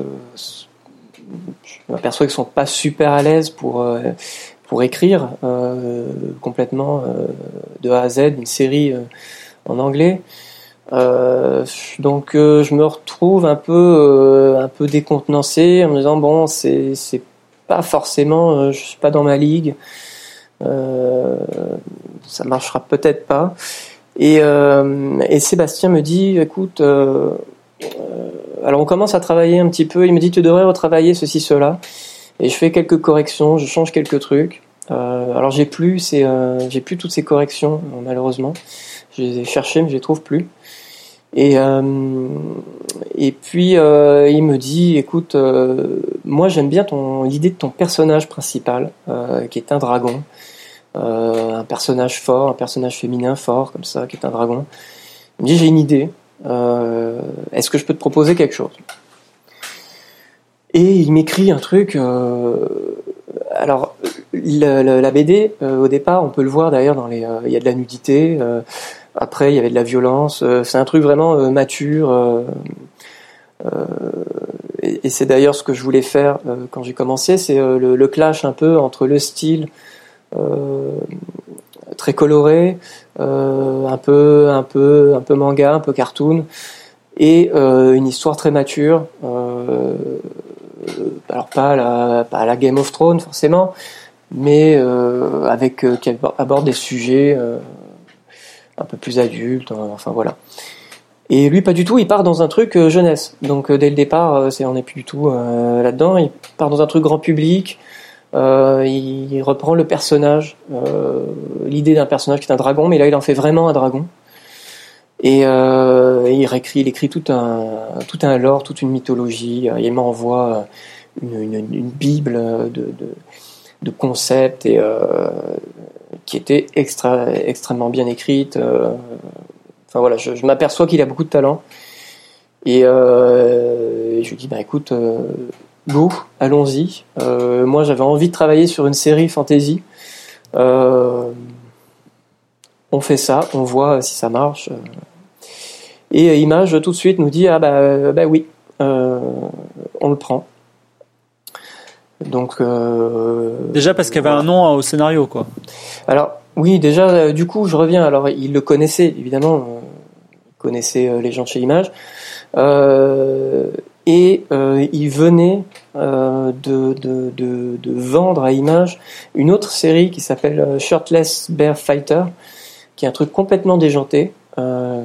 je m'aperçois qu'ils sont pas super à l'aise pour euh, pour écrire euh, complètement euh, de A à Z une série euh, en anglais. Euh, donc euh, je me retrouve un peu euh, un peu décontenancé en me disant bon c'est c'est pas forcément euh, je suis pas dans ma ligue. Euh, ça marchera peut-être pas. Et, euh, et Sébastien me dit, écoute, euh, euh, alors on commence à travailler un petit peu. Il me dit, tu devrais retravailler ceci, cela. Et je fais quelques corrections, je change quelques trucs. Euh, alors j'ai plus, c'est, euh, j'ai plus toutes ces corrections malheureusement. Je les ai cherchées, mais je les trouve plus. Et euh, et puis euh, il me dit, écoute, euh, moi j'aime bien ton l'idée de ton personnage principal, euh, qui est un dragon. Euh, un personnage fort, un personnage féminin fort comme ça, qui est un dragon. Il me dit j'ai une idée. Euh, est-ce que je peux te proposer quelque chose ? Et il m'écrit un truc. Euh, alors la, la, la B D euh, au départ, on peut le voir d'ailleurs dans les. Euh, il y a de la nudité. Euh, après, il y avait de la violence. Euh, c'est un truc vraiment euh, mature. Euh, euh, et, et c'est d'ailleurs ce que je voulais faire euh, quand j'ai commencé, c'est euh, le, le clash un peu entre le style. Euh, très coloré, euh, un peu, un peu, un peu manga, un peu cartoon, et euh, une histoire très mature. Euh, alors pas à la, pas à la Game of Thrones forcément, mais euh, avec euh, qui aborde des sujets euh, un peu plus adultes. Enfin voilà. Et lui, pas du tout. Il part dans un truc euh, jeunesse. Donc euh, dès le départ, euh, c'est on n'est plus du tout euh, là-dedans. Il part dans un truc grand public. Euh, il, il reprend le personnage, euh, l'idée d'un personnage qui est un dragon, mais là, il en fait vraiment un dragon. Et, euh, et il réécrit, il écrit tout un tout un lore, toute une mythologie. Il m'envoie une, une, une bible de, de, de concepts et euh, qui était extra, extrêmement bien écrite. Euh, Enfin voilà, je, je m'aperçois qu'il a beaucoup de talent. Et, euh, et je lui dis, bah écoute, euh, go, allons-y. Euh, moi, j'avais envie de travailler sur une série fantasy. Euh, on fait ça, on voit si ça marche. Et Image tout de suite nous dit, ah bah, bah oui, euh, on le prend. Donc euh,
déjà parce qu'il y avait voilà. un nom au scénario, quoi.
Alors oui, déjà euh, du coup je reviens. Alors il le connaissait évidemment, euh, il connaissait euh, les gens de chez Image, euh, et euh, il venait euh, de, de, de, de vendre à Image une autre série qui s'appelle Shirtless Bear Fighter, qui est un truc complètement déjanté, euh,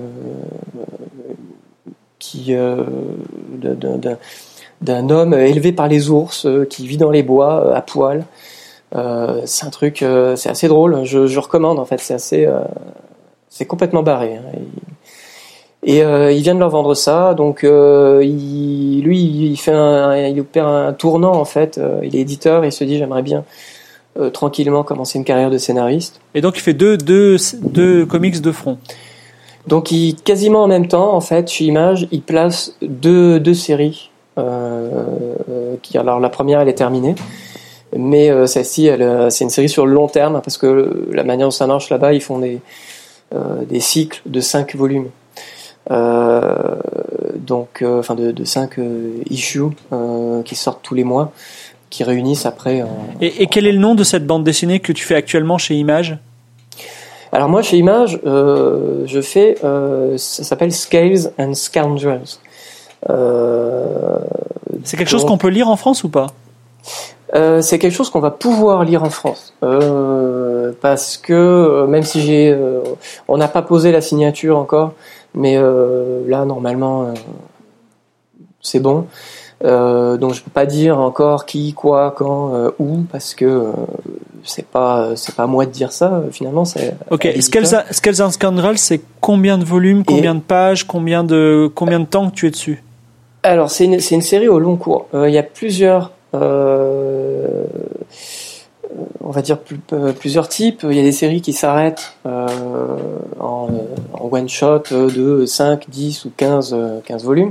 qui euh, d'un, d'un, d'un homme élevé par les ours euh, qui vit dans les bois euh, à poil. Euh, c'est un truc, euh, c'est assez drôle. Je, je recommande en fait. C'est assez, euh, c'est complètement barré. Hein. Et, et euh, il vient de leur vendre ça, donc euh, il, lui, il fait un, il opère un tournant en fait. Euh, il est éditeur et il se dit j'aimerais bien euh, tranquillement commencer une carrière de scénariste.
Et donc il fait deux, deux, deux comics de front.
Donc il, quasiment en même temps en fait chez Image, il place deux, deux séries. Euh, qui, alors la première elle est terminée. Mais euh, celle-ci, elle, c'est une série sur le long terme, parce que la manière dont ça marche là-bas, ils font des, euh, des cycles de cinq volumes. Euh, donc, euh, enfin, de, de cinq euh, issues euh, qui sortent tous les mois, qui réunissent après. En,
et, et quel est le nom de cette bande dessinée que tu fais actuellement chez Image ?
Alors moi, chez Image, euh, je fais, euh, ça s'appelle Scales and Scoundrels. Euh,
c'est quelque donc, chose qu'on peut lire en France ou pas ?
Euh, c'est quelque chose qu'on va pouvoir lire en France, euh, parce que euh, même si j'ai, euh, on n'a pas posé la signature encore, mais euh, là normalement euh, c'est bon. Euh, donc je peux pas dire encore qui, quoi, quand, euh, où, parce que euh, c'est pas, c'est pas à moi de dire ça. Finalement, c'est.
Ok. Scales and Scoundrels, c'est combien de volumes, combien Et, de pages, combien de combien de temps que tu es dessus ?
Alors c'est une, c'est une série au long cours. Il euh, y a plusieurs. Euh, on va dire plus, euh, plusieurs types. Il y a des séries qui s'arrêtent euh, en, en one shot de cinq, dix ou quinze, quinze volumes.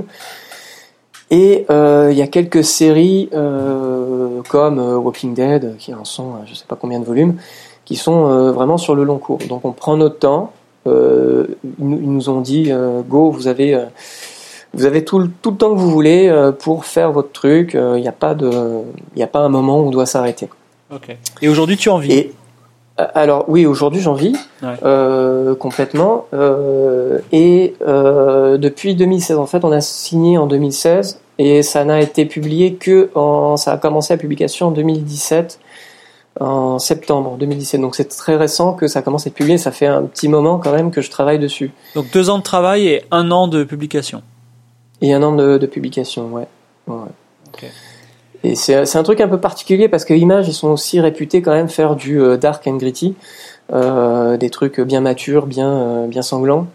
Et euh, il y a quelques séries euh, comme euh, Walking Dead qui en sont je sais pas combien de volumes, qui sont euh, vraiment sur le long cours. Donc on prend notre temps. Euh, ils, ils nous ont dit euh, go, vous avez euh, Vous avez tout le, tout le temps que vous voulez euh, pour faire votre truc. Il euh, n'y a pas de, il n'y a pas un moment où on doit s'arrêter.
Ok. Et aujourd'hui, tu en vis ?
Et, alors oui, aujourd'hui, j'en vis
ouais.
euh, complètement. Euh, et euh, depuis deux mille seize, en fait, on a signé en deux mille seize et ça n'a été publié que en, ça a commencé la publication en deux mille dix-sept, en septembre deux mille dix-sept. Donc c'est très récent que ça commence à être publié. Ça fait un petit moment quand même que je travaille dessus.
Donc deux ans de travail et un an de publication.
Et un an de, de publication, ouais. ouais.
Okay.
Et c'est, c'est un truc un peu particulier parce que Image, ils sont aussi réputés quand même faire du euh, dark and gritty, euh, des trucs bien matures, bien, euh, bien sanglants.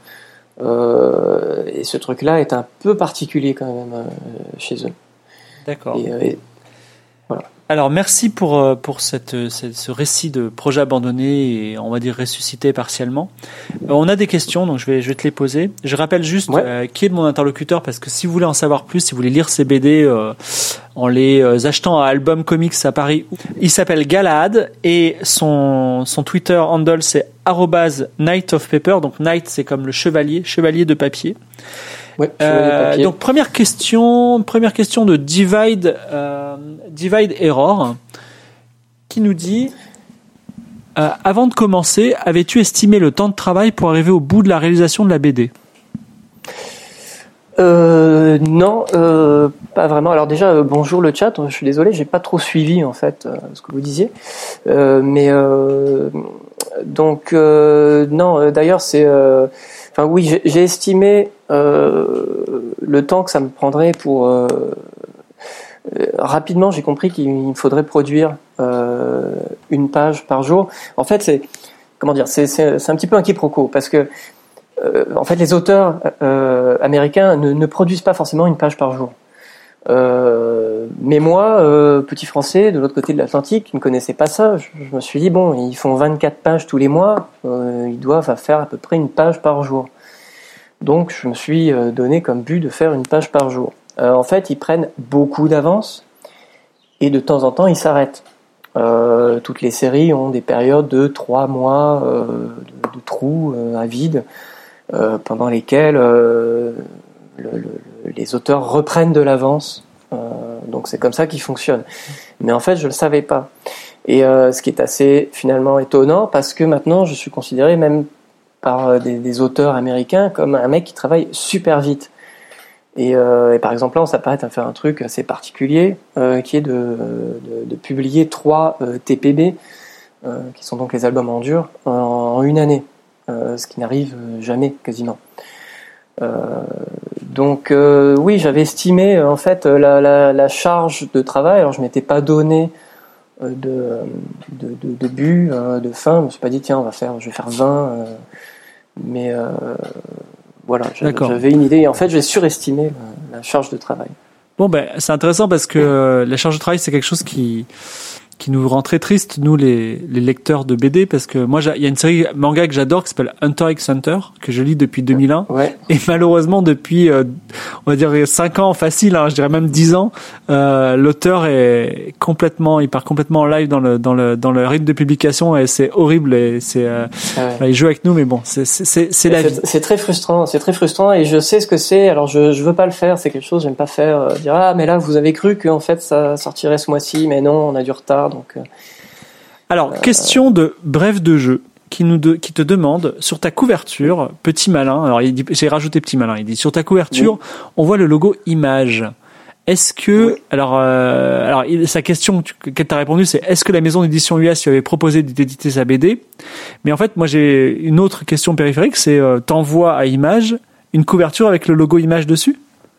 Euh, et ce truc-là est un peu particulier quand même euh, chez eux.
D'accord.
Et, et, voilà.
Alors merci pour pour cette, cette ce récit de projet abandonné et on va dire ressuscité partiellement. Euh, on a des questions donc je vais je vais te les poser. Je rappelle juste ouais. euh, qui est mon interlocuteur parce que si vous voulez en savoir plus, si vous voulez lire ces B D euh, en les euh, achetant à Album Comics à Paris, il s'appelle Galahad et son son Twitter handle c'est arobase Knight of Paper. Donc Knight c'est comme le chevalier, chevalier de papier.
Ouais,
euh, donc première question, première question de Divide, euh, Divide Error, qui nous dit euh, avant de commencer, avais-tu estimé le temps de travail pour arriver au bout de la réalisation de la B D ?
Euh, non, euh, pas vraiment. Alors déjà, euh, bonjour le chat. Je suis désolé, j'ai pas trop suivi en fait euh, ce que vous disiez, euh, mais euh, donc euh, non. D'ailleurs, c'est euh, enfin oui, j'ai, j'ai estimé euh, le temps que ça me prendrait pour euh, euh, rapidement. J'ai compris qu'il me faudrait produire euh, une page par jour. En fait, c'est comment dire, c'est, c'est, c'est un petit peu un quiproquo parce que euh, en fait, les auteurs euh, américains ne, ne produisent pas forcément une page par jour. Euh, mais moi, euh, petit français de l'autre côté de l'Atlantique, qui ne connaissait pas ça, je, je me suis dit bon, ils font vingt-quatre pages tous les mois, euh, ils doivent faire à peu près une page par jour. Donc je me suis donné comme but de faire une page par jour. Euh, en fait, ils prennent beaucoup d'avance et de temps en temps ils s'arrêtent. Euh, toutes les séries ont des périodes de trois mois euh, de, de trous euh, à vide euh, pendant lesquels euh, le, le les auteurs reprennent de l'avance, euh, donc c'est comme ça qu'ils fonctionnent. Mais en fait, je le savais pas. Et euh, ce qui est assez finalement étonnant, parce que maintenant, je suis considéré même par des, des auteurs américains comme un mec qui travaille super vite. Et, euh, et par exemple, là, on s'apprête à faire un truc assez particulier, euh, qui est de, de, de publier trois euh, T P B, euh, qui sont donc les albums en dur, en, en une année, euh, ce qui n'arrive jamais quasiment. Euh, donc euh, oui, j'avais estimé en fait la, la, la charge de travail. Alors je m'étais pas donné euh, de, de, de, de but, euh, de fin. Je me suis pas dit tiens on va faire, je vais faire vingt. Euh, mais euh, voilà, j'avais, j'avais une idée. Et en fait, j'ai surestimé la, la charge de travail.
Bon ben c'est intéressant parce que euh, la charge de travail c'est quelque chose qui qui nous rend très triste, nous les, les lecteurs de B D, parce que moi il y a une série manga que j'adore qui s'appelle Hunter x Hunter, que je lis depuis deux mille un,
ouais.
Et malheureusement depuis euh, on va dire cinq ans facile, hein, je dirais même dix ans, euh, l'auteur est complètement, il part complètement en live dans le dans le dans le rythme de publication et c'est horrible et c'est euh, ah ouais. Il joue avec nous mais bon c'est c'est c'est, c'est la
c'est,
vie.
C'est très frustrant, c'est très frustrant et je sais ce que c'est. Alors je je veux pas le faire, c'est quelque chose que j'aime pas faire. Euh, dire ah mais là vous avez cru qu'en fait ça sortirait ce mois-ci, mais non on a du retard. Donc, euh,
alors, euh, question de Bref de jeu qui nous de, qui te demande sur ta couverture, petit malin. Alors, il dit, j'ai rajouté petit malin. Il dit sur ta couverture, oui. On voit le logo image. Est-ce que oui. alors euh, alors il, sa question qu'elle t'a répondu c'est est-ce que la maison d'édition U S lui avait proposé d'éditer sa B D? Mais en fait, moi j'ai une autre question périphérique, c'est euh, t'envoies à Image une couverture avec le logo Image dessus?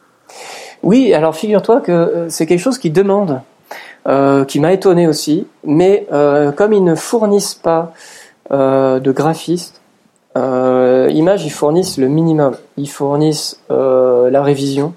Oui. Alors figure-toi que euh, c'est quelque chose qui demande. Euh, qui m'a étonné aussi, mais euh, comme ils ne fournissent pas euh, de graphistes, euh, Image ils fournissent le minimum. Ils fournissent euh, la révision.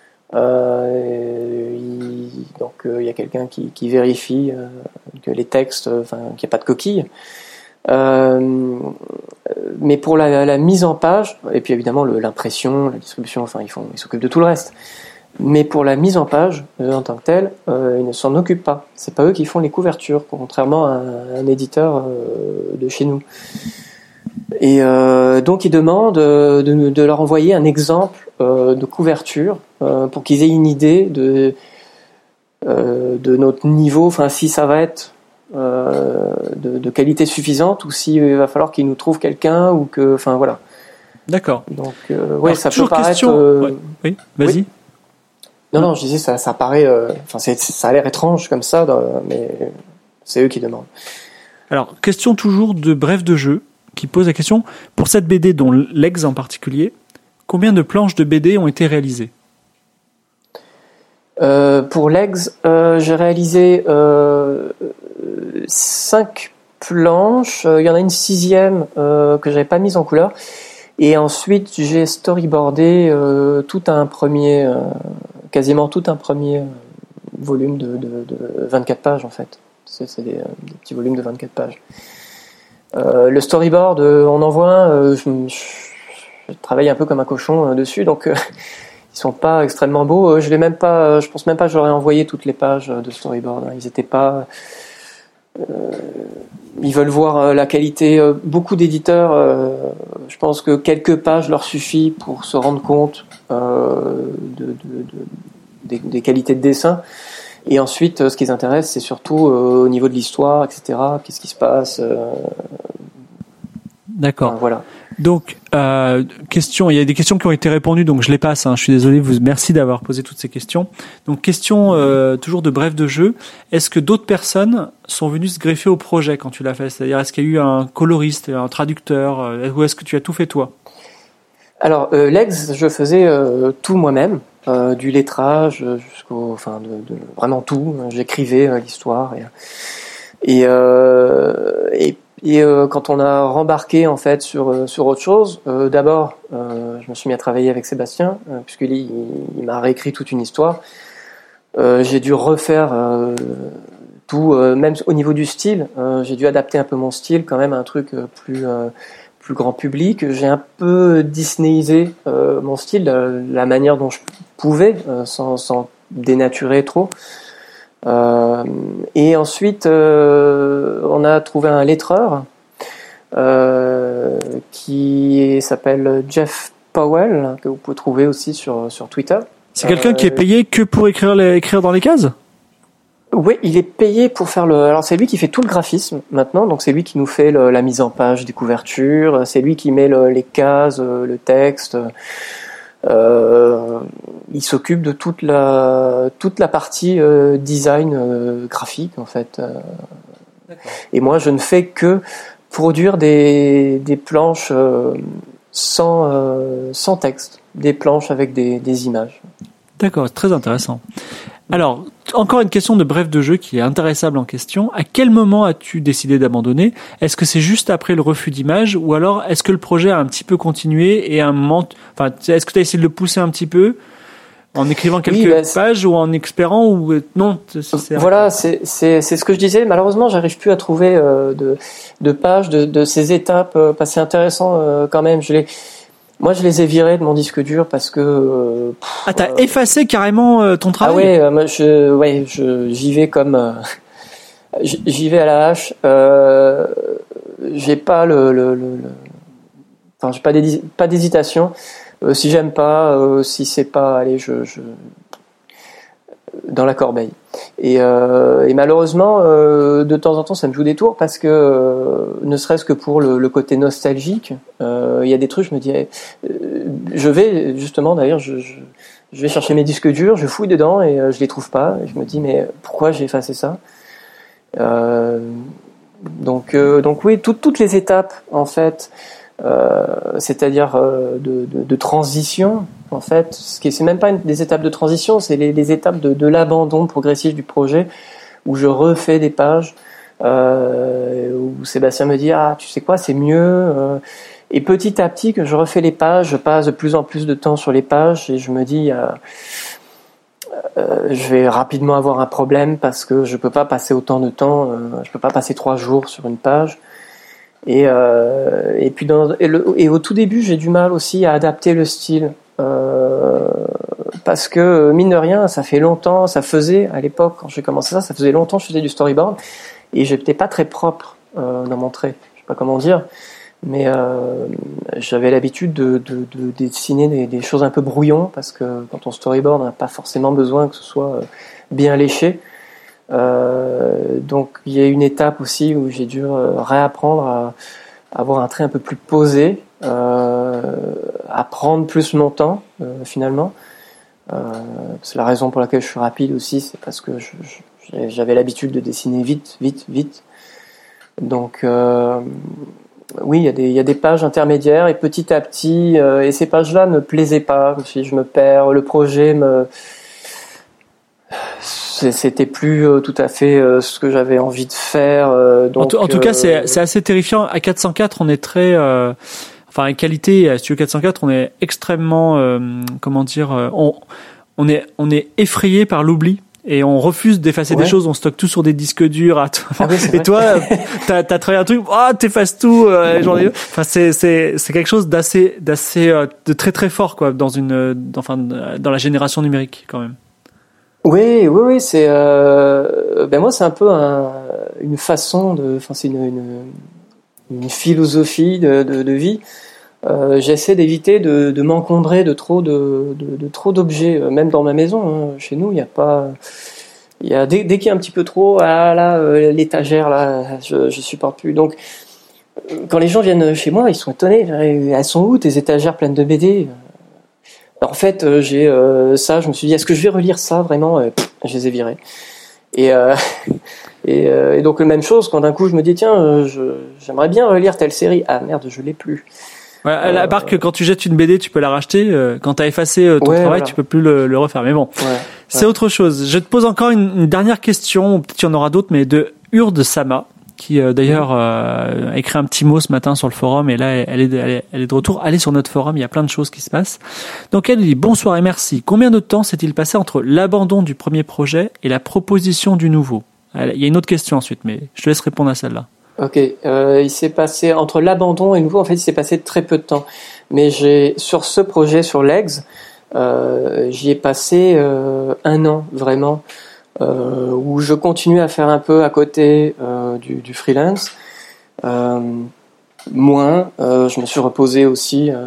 Euh, il, donc il euh, y a quelqu'un qui, qui vérifie euh, que les textes, enfin qu'il n'y a pas de coquilles. Euh, mais pour la, la mise en page, et puis évidemment le, l'impression, la distribution, enfin ils font, ils s'occupent de tout le reste. Mais pour la mise en page, euh, en tant que telle, euh, ils ne s'en occupent pas. C'est pas eux qui font les couvertures, contrairement à un, un éditeur euh, de chez nous. Et euh, donc ils demandent euh, de, de leur envoyer un exemple euh, de couverture euh, pour qu'ils aient une idée de euh, de notre niveau. Enfin, si ça va être euh, de, de qualité suffisante ou s'il va falloir qu'ils nous trouvent quelqu'un ou que, enfin voilà.
D'accord.
Donc euh, ouais,
alors,
ça peut paraître.
Question...
Euh...
Ouais. Oui, vas-y.
Oui. Non, non, je disais, ça, ça paraît, enfin, euh, ça a l'air étrange comme ça, mais c'est eux qui demandent.
Alors, question toujours de Bref de jeu, qui pose la question, pour cette B D, dont Legs en particulier, combien de planches de B D ont été réalisées?
euh, Pour Legs, euh, j'ai réalisé euh, cinq planches, il y en a une sixième euh, que j'avais pas mise en couleur, et ensuite j'ai storyboardé euh, tout un premier... Euh, quasiment tout un premier volume de, de, de vingt-quatre pages en fait. C'est, c'est des, des petits volumes de vingt-quatre pages. Euh, le storyboard, euh, on en voit un, euh, je, je travaille un peu comme un cochon euh, dessus, donc euh, ils sont pas extrêmement beaux. Euh, je l'ai même pas, euh, je pense même pas que j'aurais envoyé toutes les pages de storyboard. Hein. Ils étaient pas. Euh, ils veulent voir euh, la qualité. Euh, beaucoup d'éditeurs, euh, je pense que quelques pages leur suffit pour se rendre compte euh, de, de, de, des, des qualités de dessin. Et ensuite, euh, ce qui les intéresse, c'est surtout euh, au niveau de l'histoire, et cetera. Qu'est-ce qui se passe euh,
D'accord.
Enfin, voilà.
Donc, euh, question, il y a des questions qui ont été répondues, donc je les passe. Hein, je suis désolé, vous, merci d'avoir posé toutes ces questions. Donc, question euh, toujours de Bref de jeu. Est-ce que d'autres personnes sont venues se greffer au projet quand tu l'as fait? C'est-à-dire, est-ce qu'il y a eu un coloriste, un traducteur, euh, ou est-ce que tu as tout fait toi?
Alors, euh, Legs, je faisais euh, tout moi-même, euh, du lettrage jusqu'au, enfin, de, de vraiment tout. J'écrivais euh, l'histoire et et euh, et, et euh, quand on a rembarqué en fait sur sur autre chose, euh, d'abord, euh, je me suis mis à travailler avec Sébastien euh, puisqu'il il, il m'a réécrit toute une histoire. Euh, j'ai dû refaire euh, tout, euh, même au niveau du style. Euh, j'ai dû adapter un peu mon style quand même à un truc euh, plus euh, plus grand public. J'ai un peu Disneyisé euh, mon style, la, la manière dont je pouvais, euh, sans, sans dénaturer trop. Euh, et ensuite, euh, on a trouvé un lettreur euh, qui s'appelle Jeff Powell, que vous pouvez trouver aussi sur sur Twitter.
C'est quelqu'un euh, qui est payé que pour écrire les, écrire dans les cases ?
Oui, il est payé pour faire le. Alors c'est lui qui fait tout le graphisme maintenant, donc c'est lui qui nous fait le, la mise en page des couvertures, c'est lui qui met le, les cases, le texte. Euh, il s'occupe de toute la toute la partie euh, design euh, graphique en fait. D'accord. Et moi, je ne fais que produire des des planches euh, sans euh, sans texte, des planches avec des des images.
D'accord, très intéressant. Alors, encore une question de bref de jeu qui est intéressable en question. À quel moment as-tu décidé d'abandonner ? Est-ce que c'est juste après le refus d'image ou alors est-ce que le projet a un petit peu continué et à un moment, enfin, est-ce que tu as essayé de le pousser un petit peu en écrivant quelques oui, bah, pages ou en espérant ou non
c'est Voilà, c'est c'est c'est ce que je disais. Malheureusement, j'arrive plus à trouver euh, de de pages de de ces étapes. Euh, pas c'est intéressant euh, quand même. Je l'ai Moi, je les ai virés de mon disque dur parce que. Euh,
pff, ah, t'as euh, effacé carrément euh, ton travail ?
Ah ouais, euh, moi, je, ouais, je, j'y vais comme, euh, j'y vais à la hache. Euh, j'ai pas le, le, le, le enfin, j'ai pas d'hési- pas d'hésitation. Euh, si j'aime pas, euh, si c'est pas, allez, je, je, dans la corbeille. Et, euh, et malheureusement, euh, de temps en temps, ça me joue des tours parce que, euh, ne serait-ce que pour le, le côté nostalgique, euh, il y a des trucs, je me dis, euh, je vais justement, d'ailleurs, je, je, je vais chercher mes disques durs, je fouille dedans et euh, je les trouve pas. Et je me dis, mais pourquoi j'ai effacé ça ? euh, Donc, euh, donc oui, tout, toutes les étapes, en fait, euh, c'est-à-dire euh, de, de, de transition. En fait, ce qui est, c'est même pas une, des étapes de transition, c'est les, les étapes de, de l'abandon progressif du projet, où je refais des pages, euh, où Sébastien me dit ah tu sais quoi c'est mieux, euh, et petit à petit que je refais les pages, je passe de plus en plus de temps sur les pages et je me dis euh, euh, je vais rapidement avoir un problème parce que je peux pas passer autant de temps, euh, je peux pas passer trois jours sur une page. Et, euh, et puis dans, et, le, et au tout début j'ai du mal aussi à adapter le style. Euh, parce que mine de rien ça fait longtemps, ça faisait à l'époque quand j'ai commencé ça, ça faisait longtemps que je faisais du storyboard et j'étais pas très propre euh, dans mon trait, je sais pas comment dire, mais euh, j'avais l'habitude de, de, de dessiner des, des choses un peu brouillon parce que quand on storyboard on n'a pas forcément besoin que ce soit bien léché. Euh, donc il y a une étape aussi où j'ai dû réapprendre à, à avoir un trait un peu plus posé, euh, à prendre plus mon temps euh, finalement. Euh, c'est la raison pour laquelle je suis rapide aussi, c'est parce que je, je, j'avais l'habitude de dessiner vite, vite, vite. Donc euh, oui, il y a des il y a des pages intermédiaires et petit à petit, euh, et ces pages-là me plaisaient pas. Je, je me perds, le projet me c'était plus euh, tout à fait euh, ce que j'avais envie de faire. Euh, donc,
en, tout, en tout
euh,
cas, c'est, c'est assez terrifiant. À quatre cent quatre, on est très, euh, enfin, à qualité, à Studio quatre cent quatre, on est extrêmement, euh, comment dire, on, on est, on est effrayé par l'oubli. Et on refuse d'effacer ouais. des choses, on stocke tout sur des disques durs. À ah oui, et toi, t'as, t'as travaillé un truc, ah, oh, t'effaces tout. Euh, j'en ai... Enfin, c'est, c'est, c'est quelque chose d'assez, d'assez, euh, de très très fort, quoi, dans une, enfin, dans la génération numérique, quand même.
Oui, oui, oui, c'est euh, ben moi c'est un peu un, une façon de, enfin c'est une, une, une philosophie de, de, de vie. Euh, j'essaie d'éviter de, de m'encombrer de trop de, de, de trop d'objets, même dans ma maison. Hein. Chez nous, il y a pas, il y a dès, dès qu'il y a un petit peu trop, ah là, euh, l'étagère là, je, je supporte plus. Donc quand les gens viennent chez moi, ils sont étonnés. Elles sont où tes étagères pleines de B D? En fait, euh, j'ai euh, ça, je me suis dit, est-ce que je vais relire ça vraiment? euh, pff, Je les ai virés. Et, euh, et, euh, et donc, la même chose, quand d'un coup, je me dis, tiens, euh, je, j'aimerais bien relire telle série. Ah merde, je l'ai plus.
Ouais, à
euh,
part que quand tu jettes une B D, tu peux la racheter. Euh, quand t'as effacé euh, ton
ouais,
travail,
voilà.
tu peux plus le, le refaire. Mais bon,
ouais,
c'est
ouais.
autre chose. Je te pose encore une, une dernière question. Peut-être qu'il y en aura d'autres, mais de Urde Sama, qui euh, d'ailleurs euh, a écrit un petit mot ce matin sur le forum. Et là, elle est, de, elle est, elle est de retour. Allez sur notre forum, il y a plein de choses qui se passent. Donc elle dit bonsoir et merci. Combien de temps s'est-il passé entre l'abandon du premier projet et la proposition du nouveau? Il y a une autre question ensuite, mais je te laisse répondre à celle-là.
Ok, euh, il s'est passé entre l'abandon et le nouveau, en fait, il s'est passé très peu de temps. Mais j'ai sur ce projet, sur Legs, euh, j'y ai passé euh, un an vraiment, euh, où je continuais à faire un peu à côté euh, du, du freelance. Euh, moins, euh, je me suis reposé aussi euh,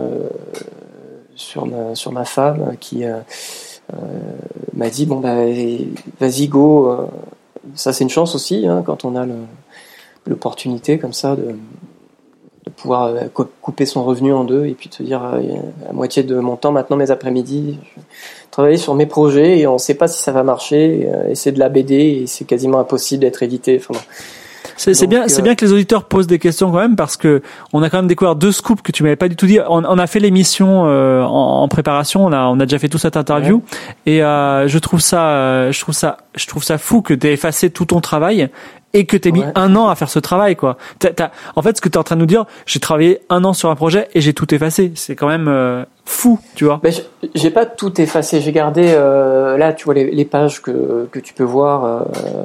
sur ma sur ma femme qui euh, euh, m'a dit bon bah vas-y go. Euh, ça c'est une chance aussi hein, quand on a le l'opportunité comme ça de, de pouvoir couper son revenu en deux et puis de se dire euh, la moitié de mon temps maintenant mes après-midi je travaille sur mes projets et on ne sait pas si ça va marcher et c'est de la B D et c'est quasiment impossible d'être édité. Enfin, bon.
C'est, c'est bien, euh... c'est bien que les auditeurs posent des questions quand même parce que on a quand même découvert deux scoops que tu m'avais pas du tout dit. On, on a fait l'émission euh, en, en préparation, on a, on a déjà fait toute cette interview ouais. et euh, je trouve ça, euh, je trouve ça, je trouve ça fou que t'aies effacé tout ton travail et que t'aies mis ouais. un an à faire ce travail quoi. T'as, t'as, en fait, ce que t'es en train de nous dire, j'ai travaillé un an sur un projet et j'ai tout effacé. C'est quand même euh, fou, tu vois.
Ben, j'ai pas tout effacé. J'ai gardé euh, là, tu vois les, les pages que que tu peux voir. Euh,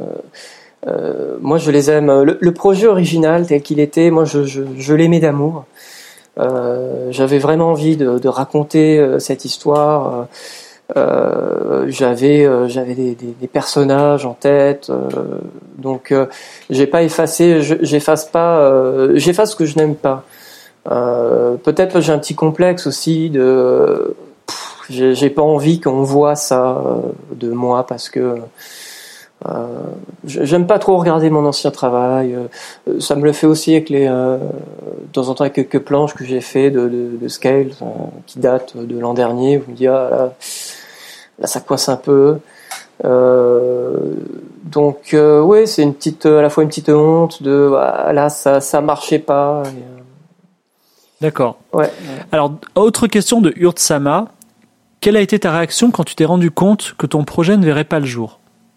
Euh, moi, je les aime. Le, le projet original tel qu'il était, moi, je, je, je l'aimais d'amour. Euh, j'avais vraiment envie de, de raconter euh, cette histoire. Euh, j'avais, euh, j'avais des, des, des personnages en tête. Euh, donc, euh, j'ai pas effacé. Je, j'efface pas. Euh, j'efface ce que je n'aime pas. Euh, peut-être que j'ai un petit complexe aussi de. Pff, j'ai, j'ai pas envie qu'on voit ça euh, de moi parce que. Euh, j'aime pas trop regarder mon ancien travail. Euh, ça me le fait aussi avec les, euh, de temps en temps avec quelques planches que j'ai fait de, de, de scale euh, qui datent de l'an dernier. Vous me dites ah là, là ça coince un peu. Euh, donc euh, ouais, c'est une petite, à la fois une petite honte de ah, là ça ça marchait pas. Et, euh...
D'accord.
Ouais.
Alors autre question de Urde Sama. Quelle a été ta réaction quand tu t'es rendu compte que ton projet ne verrait pas le jour?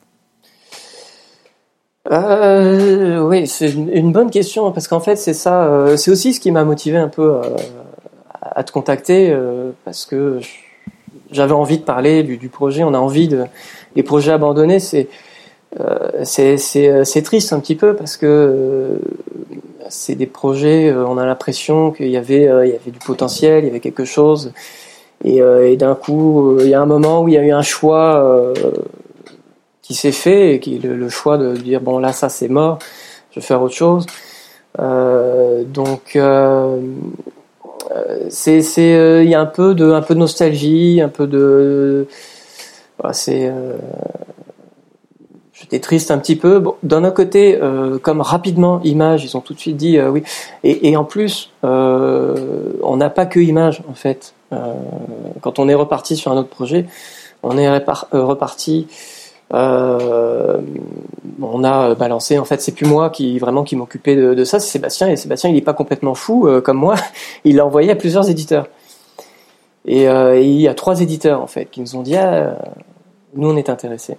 Euh, oui, c'est une, une bonne question parce qu'en fait c'est ça, euh, c'est aussi ce qui m'a motivé un peu euh, à te contacter euh, parce que j'avais envie de parler du, du projet. On a envie de les projets abandonnés, c'est euh, c'est c'est c'est triste un petit peu parce que euh, c'est des projets. Euh, on a l'impression qu'il y avait euh, il y avait du potentiel, il y avait quelque chose et, euh, et d'un coup euh, il y a un moment où il y a eu un choix. Euh, qui s'est fait et qui le, le choix de dire bon là ça c'est mort, je vais faire autre chose. Euh, donc euh, c'est c'est il euh, y a un peu de un peu de nostalgie, un peu de voilà, c'est euh, j'étais triste un petit peu. Bon, d'un autre côté, euh, comme rapidement Image, ils ont tout de suite dit euh, oui. Et, et en plus, euh, on n'a pas que Image en fait. Euh, quand on est reparti sur un autre projet, on est repar- euh, reparti. Euh, on a balancé, en fait c'est plus moi qui vraiment qui m'occupais de, de ça, c'est Sébastien, et Sébastien il est pas complètement fou euh, comme moi, il l'a envoyé à plusieurs éditeurs et, euh, et il y a trois éditeurs en fait qui nous ont dit ah, euh, nous on est intéressés,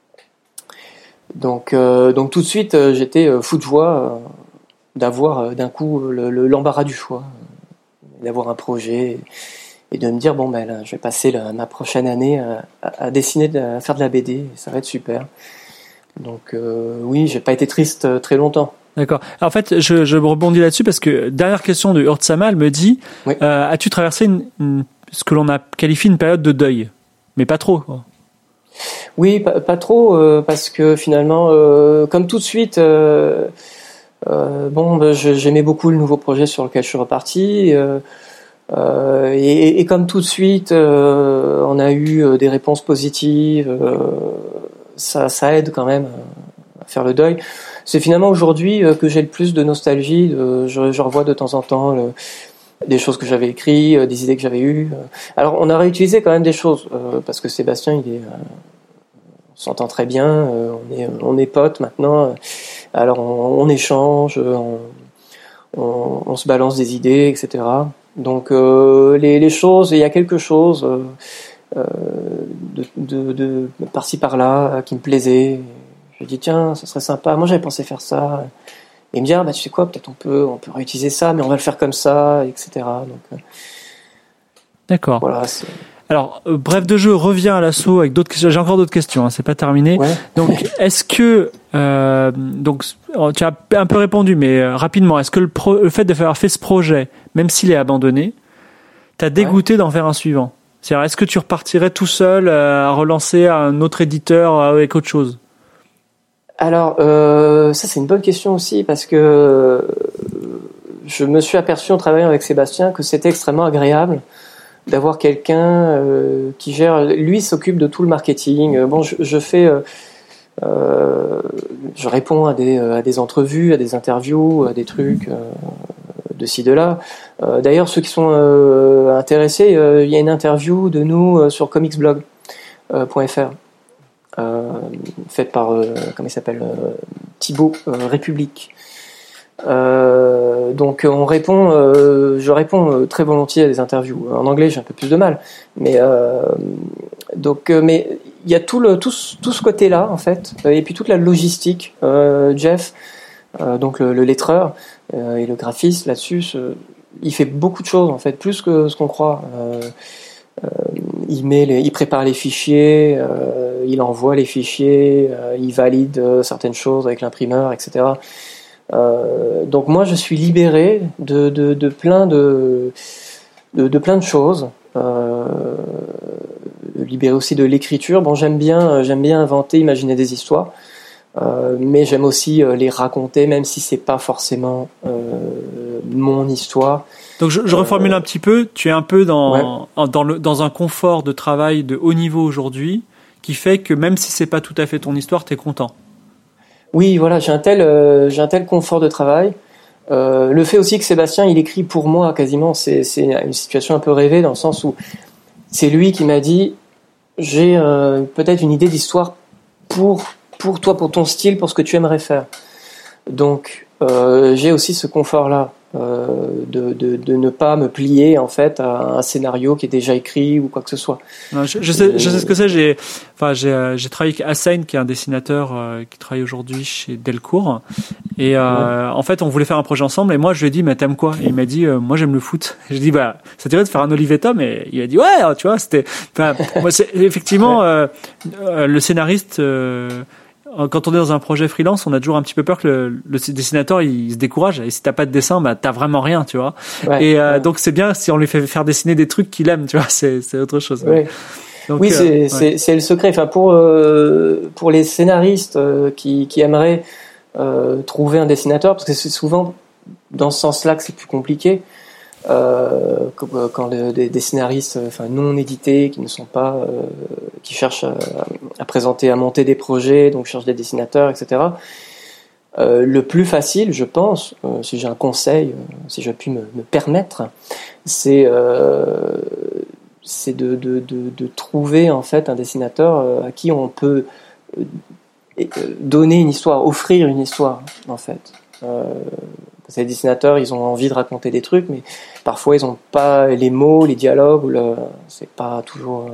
donc euh, donc tout de suite euh, j'étais euh, fou de joie euh, d'avoir euh, d'un coup le, le, l'embarras du choix, euh, d'avoir un projet et de me dire bon ben là, je vais passer la, ma prochaine année à, à, à dessiner, à faire de la B D, et ça va être super. Donc euh, oui, j'ai pas été triste euh, très longtemps.
D'accord. En fait, je, je rebondis là-dessus parce que dernière question de Urde Sama, elle me dit oui. euh, as-tu traversé une, une, ce que l'on a qualifié une période de deuil, mais pas trop quoi.
Oui, pas, pas trop euh, parce que finalement, euh, comme tout de suite. Euh, euh, bon, ben, je, j'aimais beaucoup le nouveau projet sur lequel je suis reparti. Euh, Euh, et, et comme tout de suite, euh, on a eu euh, des réponses positives, euh, ça, ça aide quand même à faire le deuil. C'est finalement aujourd'hui euh, que j'ai le plus de nostalgie. De, je, je revois de temps en temps le, des choses que j'avais écrites, euh, des idées que j'avais eues. Alors on a réutilisé quand même des choses euh, parce que Sébastien, il est, euh, on s'entend très bien, euh, on est, on est potes maintenant. Alors on, on échange, on, on, on se balance des idées, et cetera. Donc euh, les, les choses, il y a quelque chose euh, euh, de, de, de par-ci par-là euh, qui me plaisait. Je dis tiens, ça serait sympa. Moi j'avais pensé faire ça. Et il me dit ah bah tu sais quoi, peut-être on peut on peut réutiliser ça, mais on va le faire comme ça, et cetera. Donc euh,
d'accord.
Voilà. C'est...
Alors, euh, bref de jeu revient à l'assaut avec d'autres questions. J'ai encore d'autres questions, hein, c'est pas terminé.
Ouais.
Donc, est-ce que euh, donc tu as un peu répondu, mais euh, rapidement, est-ce que le, pro, le fait d'avoir fait ce projet, même s'il est abandonné, t'a dégoûté ouais. d'en faire un suivant? C'est-à-dire, est-ce que tu repartirais tout seul euh, à relancer un autre éditeur avec autre chose?
Alors, euh, ça c'est une bonne question aussi parce que euh, je me suis aperçu en travaillant avec Sébastien que c'était extrêmement agréable d'avoir quelqu'un euh, qui gère, lui s'occupe de tout le marketing. Bon, je, je fais, euh, euh, je réponds à des, à des entrevues, à des interviews, à des trucs euh, de ci de là. Euh, d'ailleurs, ceux qui sont euh, intéressés, euh, il y a une interview de nous euh, sur comicsblog point f r euh, faite par, euh, comment il s'appelle, euh, Thibaut euh, République. Euh, donc on répond, euh, je réponds euh, très volontiers à des interviews. En anglais, j'ai un peu plus de mal, mais euh, donc, euh, mais il y a tout le tout, tout ce côté-là en fait, et puis toute la logistique. Euh, Jeff, euh, donc le, le lettreur euh, et le graphiste là-dessus, ce, il fait beaucoup de choses en fait, plus que ce qu'on croit. Euh, euh, il met, les, il prépare les fichiers, euh, il envoie les fichiers, euh, il valide euh, certaines choses avec l'imprimeur, et cetera. Euh, donc moi je suis libéré de, de, de plein de, de, de plein de choses, euh, libéré aussi de l'écriture. Bon, j'aime bien j'aime bien inventer, imaginer des histoires, euh, mais j'aime aussi euh, les raconter, même si c'est pas forcément euh, mon histoire.
Donc je, je reformule euh, un petit peu. Tu es un peu dans
ouais.
dans le dans un confort de travail de haut niveau aujourd'hui, qui fait que même si c'est pas tout à fait ton histoire, t'es content.
Oui, voilà, j'ai un tel, euh, j'ai un tel confort de travail. Euh, le fait aussi que Sébastien, il écrit pour moi quasiment, c'est, c'est une situation un peu rêvée dans le sens où c'est lui qui m'a dit, j'ai euh, peut-être une idée d'histoire pour pour toi, pour ton style, pour ce que tu aimerais faire. Donc, euh, j'ai aussi ce confort-là euh, de, de, de ne pas me plier en fait à un scénario qui est déjà écrit ou quoi que ce soit.
Non, je, je sais, je sais ce que c'est. J'ai, enfin, j'ai, euh, j'ai travaillé avec Hassan, qui est un dessinateur euh, qui travaille aujourd'hui chez Delcourt. Et euh, ouais. en fait, on voulait faire un projet ensemble. Et moi, je lui ai dit, mais t'aimes quoi? Et il m'a dit, euh, moi, j'aime le foot. Et je dis, bah, ça t'irait de faire un Olivetta? Mais il a dit, ouais, tu vois, c'était. Enfin, moi, c'est effectivement ouais. euh, euh, le scénariste. Euh, Quand on est dans un projet freelance, on a toujours un petit peu peur que le, le dessinateur il se décourage. Et si t'as pas de dessin, bah t'as vraiment rien, tu vois. Ouais, et euh, ouais. donc c'est bien si on lui fait faire dessiner des trucs qu'il aime, tu vois. C'est c'est autre chose.
Ouais. Donc, oui, euh, c'est ouais. c'est c'est le secret. Enfin pour euh, pour les scénaristes euh, qui qui aimeraient euh, trouver un dessinateur, parce que c'est souvent dans ce sens-là que c'est plus compliqué. Euh, quand le, des, des scénaristes enfin non édités qui ne sont pas euh, qui cherchent à, à présenter à monter des projets, donc cherchent des dessinateurs, etc. Euh, le plus facile, je pense, euh, si j'ai un conseil, euh, si je puis me, me permettre, c'est euh, c'est de, de, de, de trouver en fait un dessinateur euh, à qui on peut euh, donner une histoire, offrir une histoire en fait. Euh, Les dessinateurs, ils ont envie de raconter des trucs, mais parfois ils n'ont pas les mots, les dialogues, ou le... c'est pas toujours.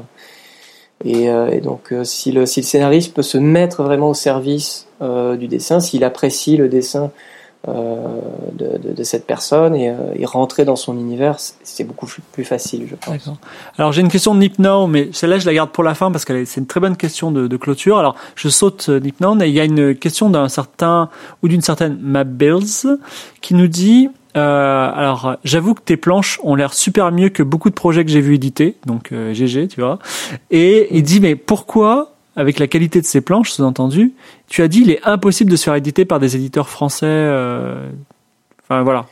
Et, euh, et donc, euh, si le si le scénariste peut se mettre vraiment au service euh, du dessin, s'il apprécie le dessin euh, de, de, de cette personne et, euh, et rentrer dans son univers, c'est beaucoup plus facile, je pense.
D'accord. Alors j'ai une question de Nipnow, mais celle-là je la garde pour la fin parce que c'est une très bonne question de, de clôture. Alors je saute Nipnow et il y a une question d'un certain ou d'une certaine Map Bills qui nous dit euh, alors j'avoue que tes planches ont l'air super mieux que beaucoup de projets que j'ai vu éditer, donc euh, G G, tu vois. Et il dit mais pourquoi, avec la qualité de ces planches, sous-entendu, tu as dit il est impossible de se faire éditer par des éditeurs français, euh, enfin voilà,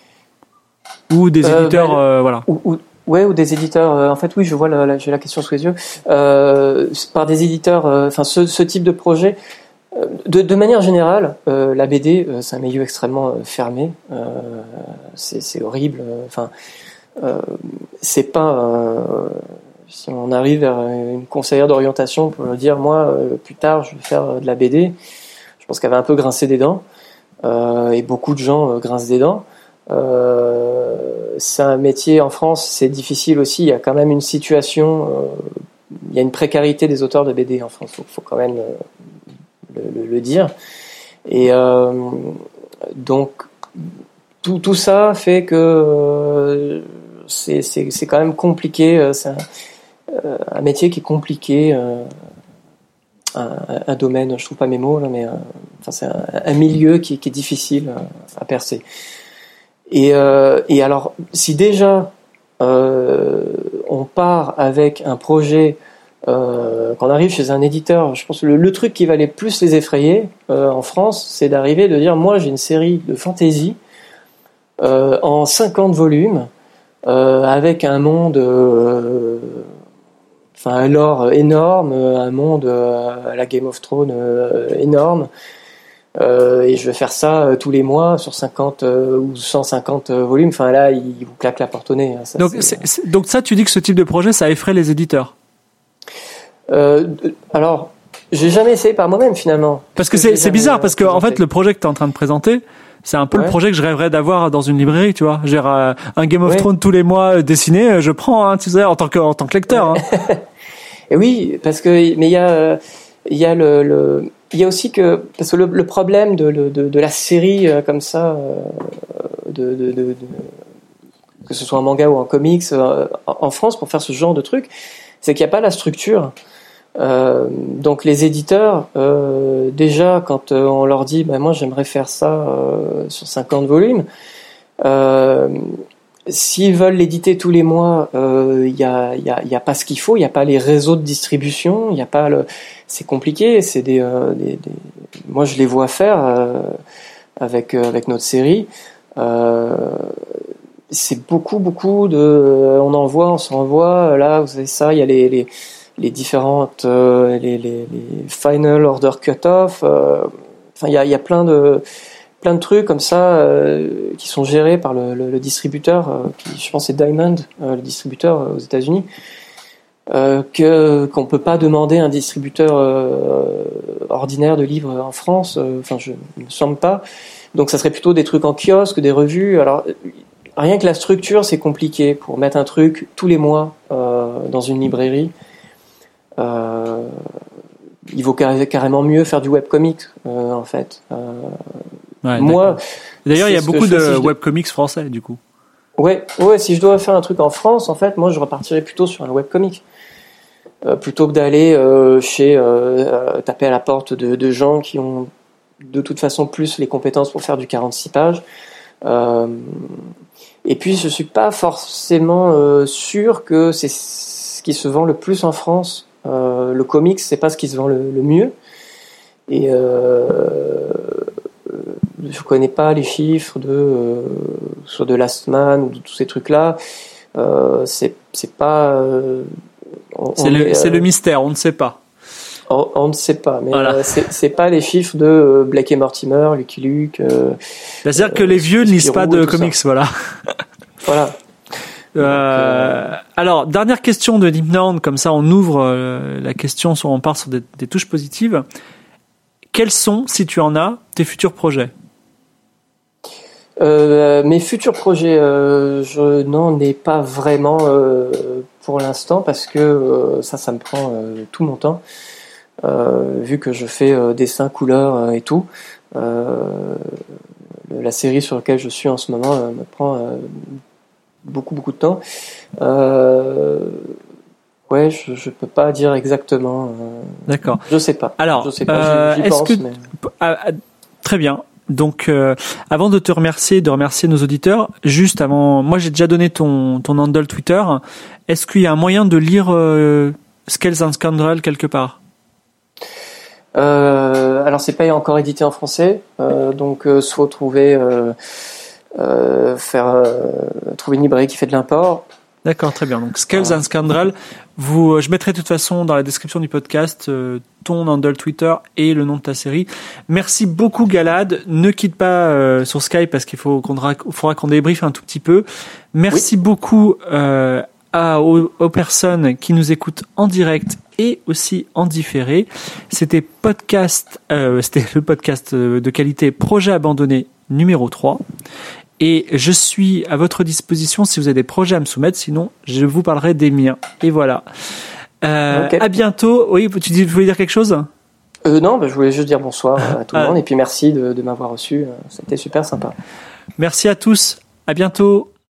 ou des euh, éditeurs, bah, euh, voilà.
Ou, ou, ouais, ou des éditeurs. Euh, en fait, oui, je vois, la, la, j'ai la question sous les yeux. Euh, par des éditeurs, enfin, euh, ce, ce type de projet. Euh, de, de manière générale, euh, la B D, euh, c'est un milieu extrêmement euh, fermé. Euh, c'est, c'est horrible. Enfin, euh, c'est pas. Euh, Si on arrive vers une conseillère d'orientation pour leur dire, moi, euh, plus tard, je vais faire de la B D, je pense qu'elle va un peu grincer des dents, euh, et beaucoup de gens euh, grincent des dents. Euh, c'est un métier en France, c'est difficile aussi. Il y a quand même une situation, euh, il y a une précarité des auteurs de B D en France. Il faut, faut quand même le, le, le dire. Et euh, donc tout, tout ça fait que euh, c'est, c'est, c'est quand même compliqué. C'est un, euh, un métier qui est compliqué. Euh, un, un domaine, je trouve pas mes mots là, mais euh, enfin c'est un, un milieu qui, qui est difficile à percer. Et, euh, et alors, si déjà euh, on part avec un projet, euh, qu'on arrive chez un éditeur, je pense que le, le truc qui va les plus les effrayer euh, en France, c'est d'arriver de dire moi j'ai une série de fantasy euh, en cinquante volumes euh, avec un monde, euh, enfin un lore énorme, un monde euh, à la Game of Thrones euh, énorme. Euh, et je vais faire ça euh, tous les mois sur cinquante euh, ou cent cinquante euh, volumes. Enfin là, il, il vous claque la porte au nez. Hein, ça,
donc,
c'est...
c'est, c'est, donc ça, tu dis que ce type de projet, ça effraie les éditeurs.
Euh, alors, j'ai jamais essayé par moi-même finalement.
Parce que c'est, c'est bizarre, parce que en fait, le projet que tu es en train de présenter, c'est un peu ouais. le projet que je rêverais d'avoir dans une librairie, tu vois. J'ai euh, un Game of ouais. Thrones tous les mois euh, dessiné, je prends, hein, tu sais, en tant que en tant que lecteur.
Ouais.
Hein.
Et oui, parce que mais il y a il y a le, le il y a aussi que parce que le, le problème de, de, de la série euh, comme ça, euh, de, de, de, de que ce soit en manga ou en comics euh, en France pour faire ce genre de truc, c'est qu'il n'y a pas la structure. Euh, donc les éditeurs, euh, déjà quand euh, on leur dit, bah, moi j'aimerais faire ça euh, sur cinquante volumes, euh, s'ils veulent l'éditer tous les mois, il euh, y a, y a, y a pas ce qu'il faut, il n'y a pas les réseaux de distribution, il y a pas le, c'est compliqué, c'est des, euh, des, des, moi je les vois faire euh, avec euh, avec notre série. Euh, c'est beaucoup beaucoup de, on envoie, on s'envoie. Là vous avez ça, il y a les, les les différentes euh, les, les, les final order cut-off. Euh, enfin il y a, y a plein de plein de trucs comme ça euh, qui sont gérés par le, le, le distributeur, euh, qui je pense c'est Diamond, euh, le distributeur euh, aux États-Unis, euh, que qu'on peut pas demander à un distributeur euh, ordinaire de livres en France. Enfin, euh, je il me semble pas. Donc ça serait plutôt des trucs en kiosque, des revues. Alors rien que la structure, c'est compliqué pour mettre un truc tous les mois euh, dans une librairie. Euh, il vaut car- carrément mieux faire du webcomic euh, en fait. Euh,
Ouais,
moi,
d'ailleurs, il y a beaucoup de si webcomics dois... français, du coup.
Ouais, ouais. Si je dois faire un truc en France, en fait, moi, je repartirais plutôt sur un webcomic, euh, plutôt que d'aller euh, chez euh, euh, taper à la porte de, de gens qui ont de toute façon plus les compétences pour faire du quarante-six pages. Euh, et puis, je suis pas forcément euh, sûr que c'est ce qui se vend le plus en France. Euh, le comics, c'est pas ce qui se vend le, le mieux. Et euh, je connais pas les chiffres de euh, soit de Last Man ou de tous ces trucs là. Euh, c'est c'est pas. Euh,
on, c'est, on le, est, c'est euh, le mystère, on ne sait pas.
On, on ne sait pas, mais
voilà.
euh, c'est c'est pas les chiffres de euh, Blake et Mortimer, Lucky Luke. Euh,
C'est-à-dire euh, que les vieux ne lisent pas de comics, ça. Voilà.
Voilà.
Euh, Donc, euh... Alors, dernière question de Deep Noun, comme ça on ouvre euh, la question, on part sur des, des touches positives. Quels sont, si tu en as, tes futurs projets ?
Euh, mes futurs projets, euh, je n'en ai pas vraiment euh, pour l'instant parce que euh, ça, ça me prend euh, tout mon temps. Euh, vu que je fais euh, dessin, couleur euh, et tout, euh, la série sur laquelle je suis en ce moment euh, me prend euh, beaucoup beaucoup de temps. Euh, ouais, je, je peux pas dire exactement. Euh,
D'accord.
Je sais pas.
Alors,
je sais pas.
Euh,
j'y, j'y
est-ce
pense,
que
mais...
ah, ah, très bien. Donc, euh, avant de te remercier, de remercier nos auditeurs, juste avant, moi j'ai déjà donné ton ton handle Twitter. Est-ce qu'il y a un moyen de lire euh, Scales and Scoundrels quelque part ?
Euh, alors c'est pas encore édité en français, euh, donc euh, soit trouver euh, euh, faire euh, trouver une librairie qui fait de l'import.
D'accord, très bien. Donc Scales voilà. and Scoundrels, vous, je mettrai de toute façon dans la description du podcast euh, ton handle Twitter et le nom de ta série. Merci beaucoup Galad. Ne quitte pas euh, sur Skype parce qu'il faut qu'on faudra qu'on débriefe un tout petit peu. Merci oui. beaucoup euh, à, aux, aux personnes qui nous écoutent en direct et aussi en différé. C'était podcast, euh, c'était le podcast de qualité Projet abandonné numéro trois. Et je suis à votre disposition si vous avez des projets à me soumettre. Sinon, je vous parlerai des miens. Et voilà. Euh, okay. À bientôt. Oui, tu, dis, tu voulais dire quelque chose ?
euh, Non, bah, je voulais juste dire bonsoir à tout le monde. Et puis merci de, de m'avoir reçu. C'était super sympa.
Merci à tous. À bientôt.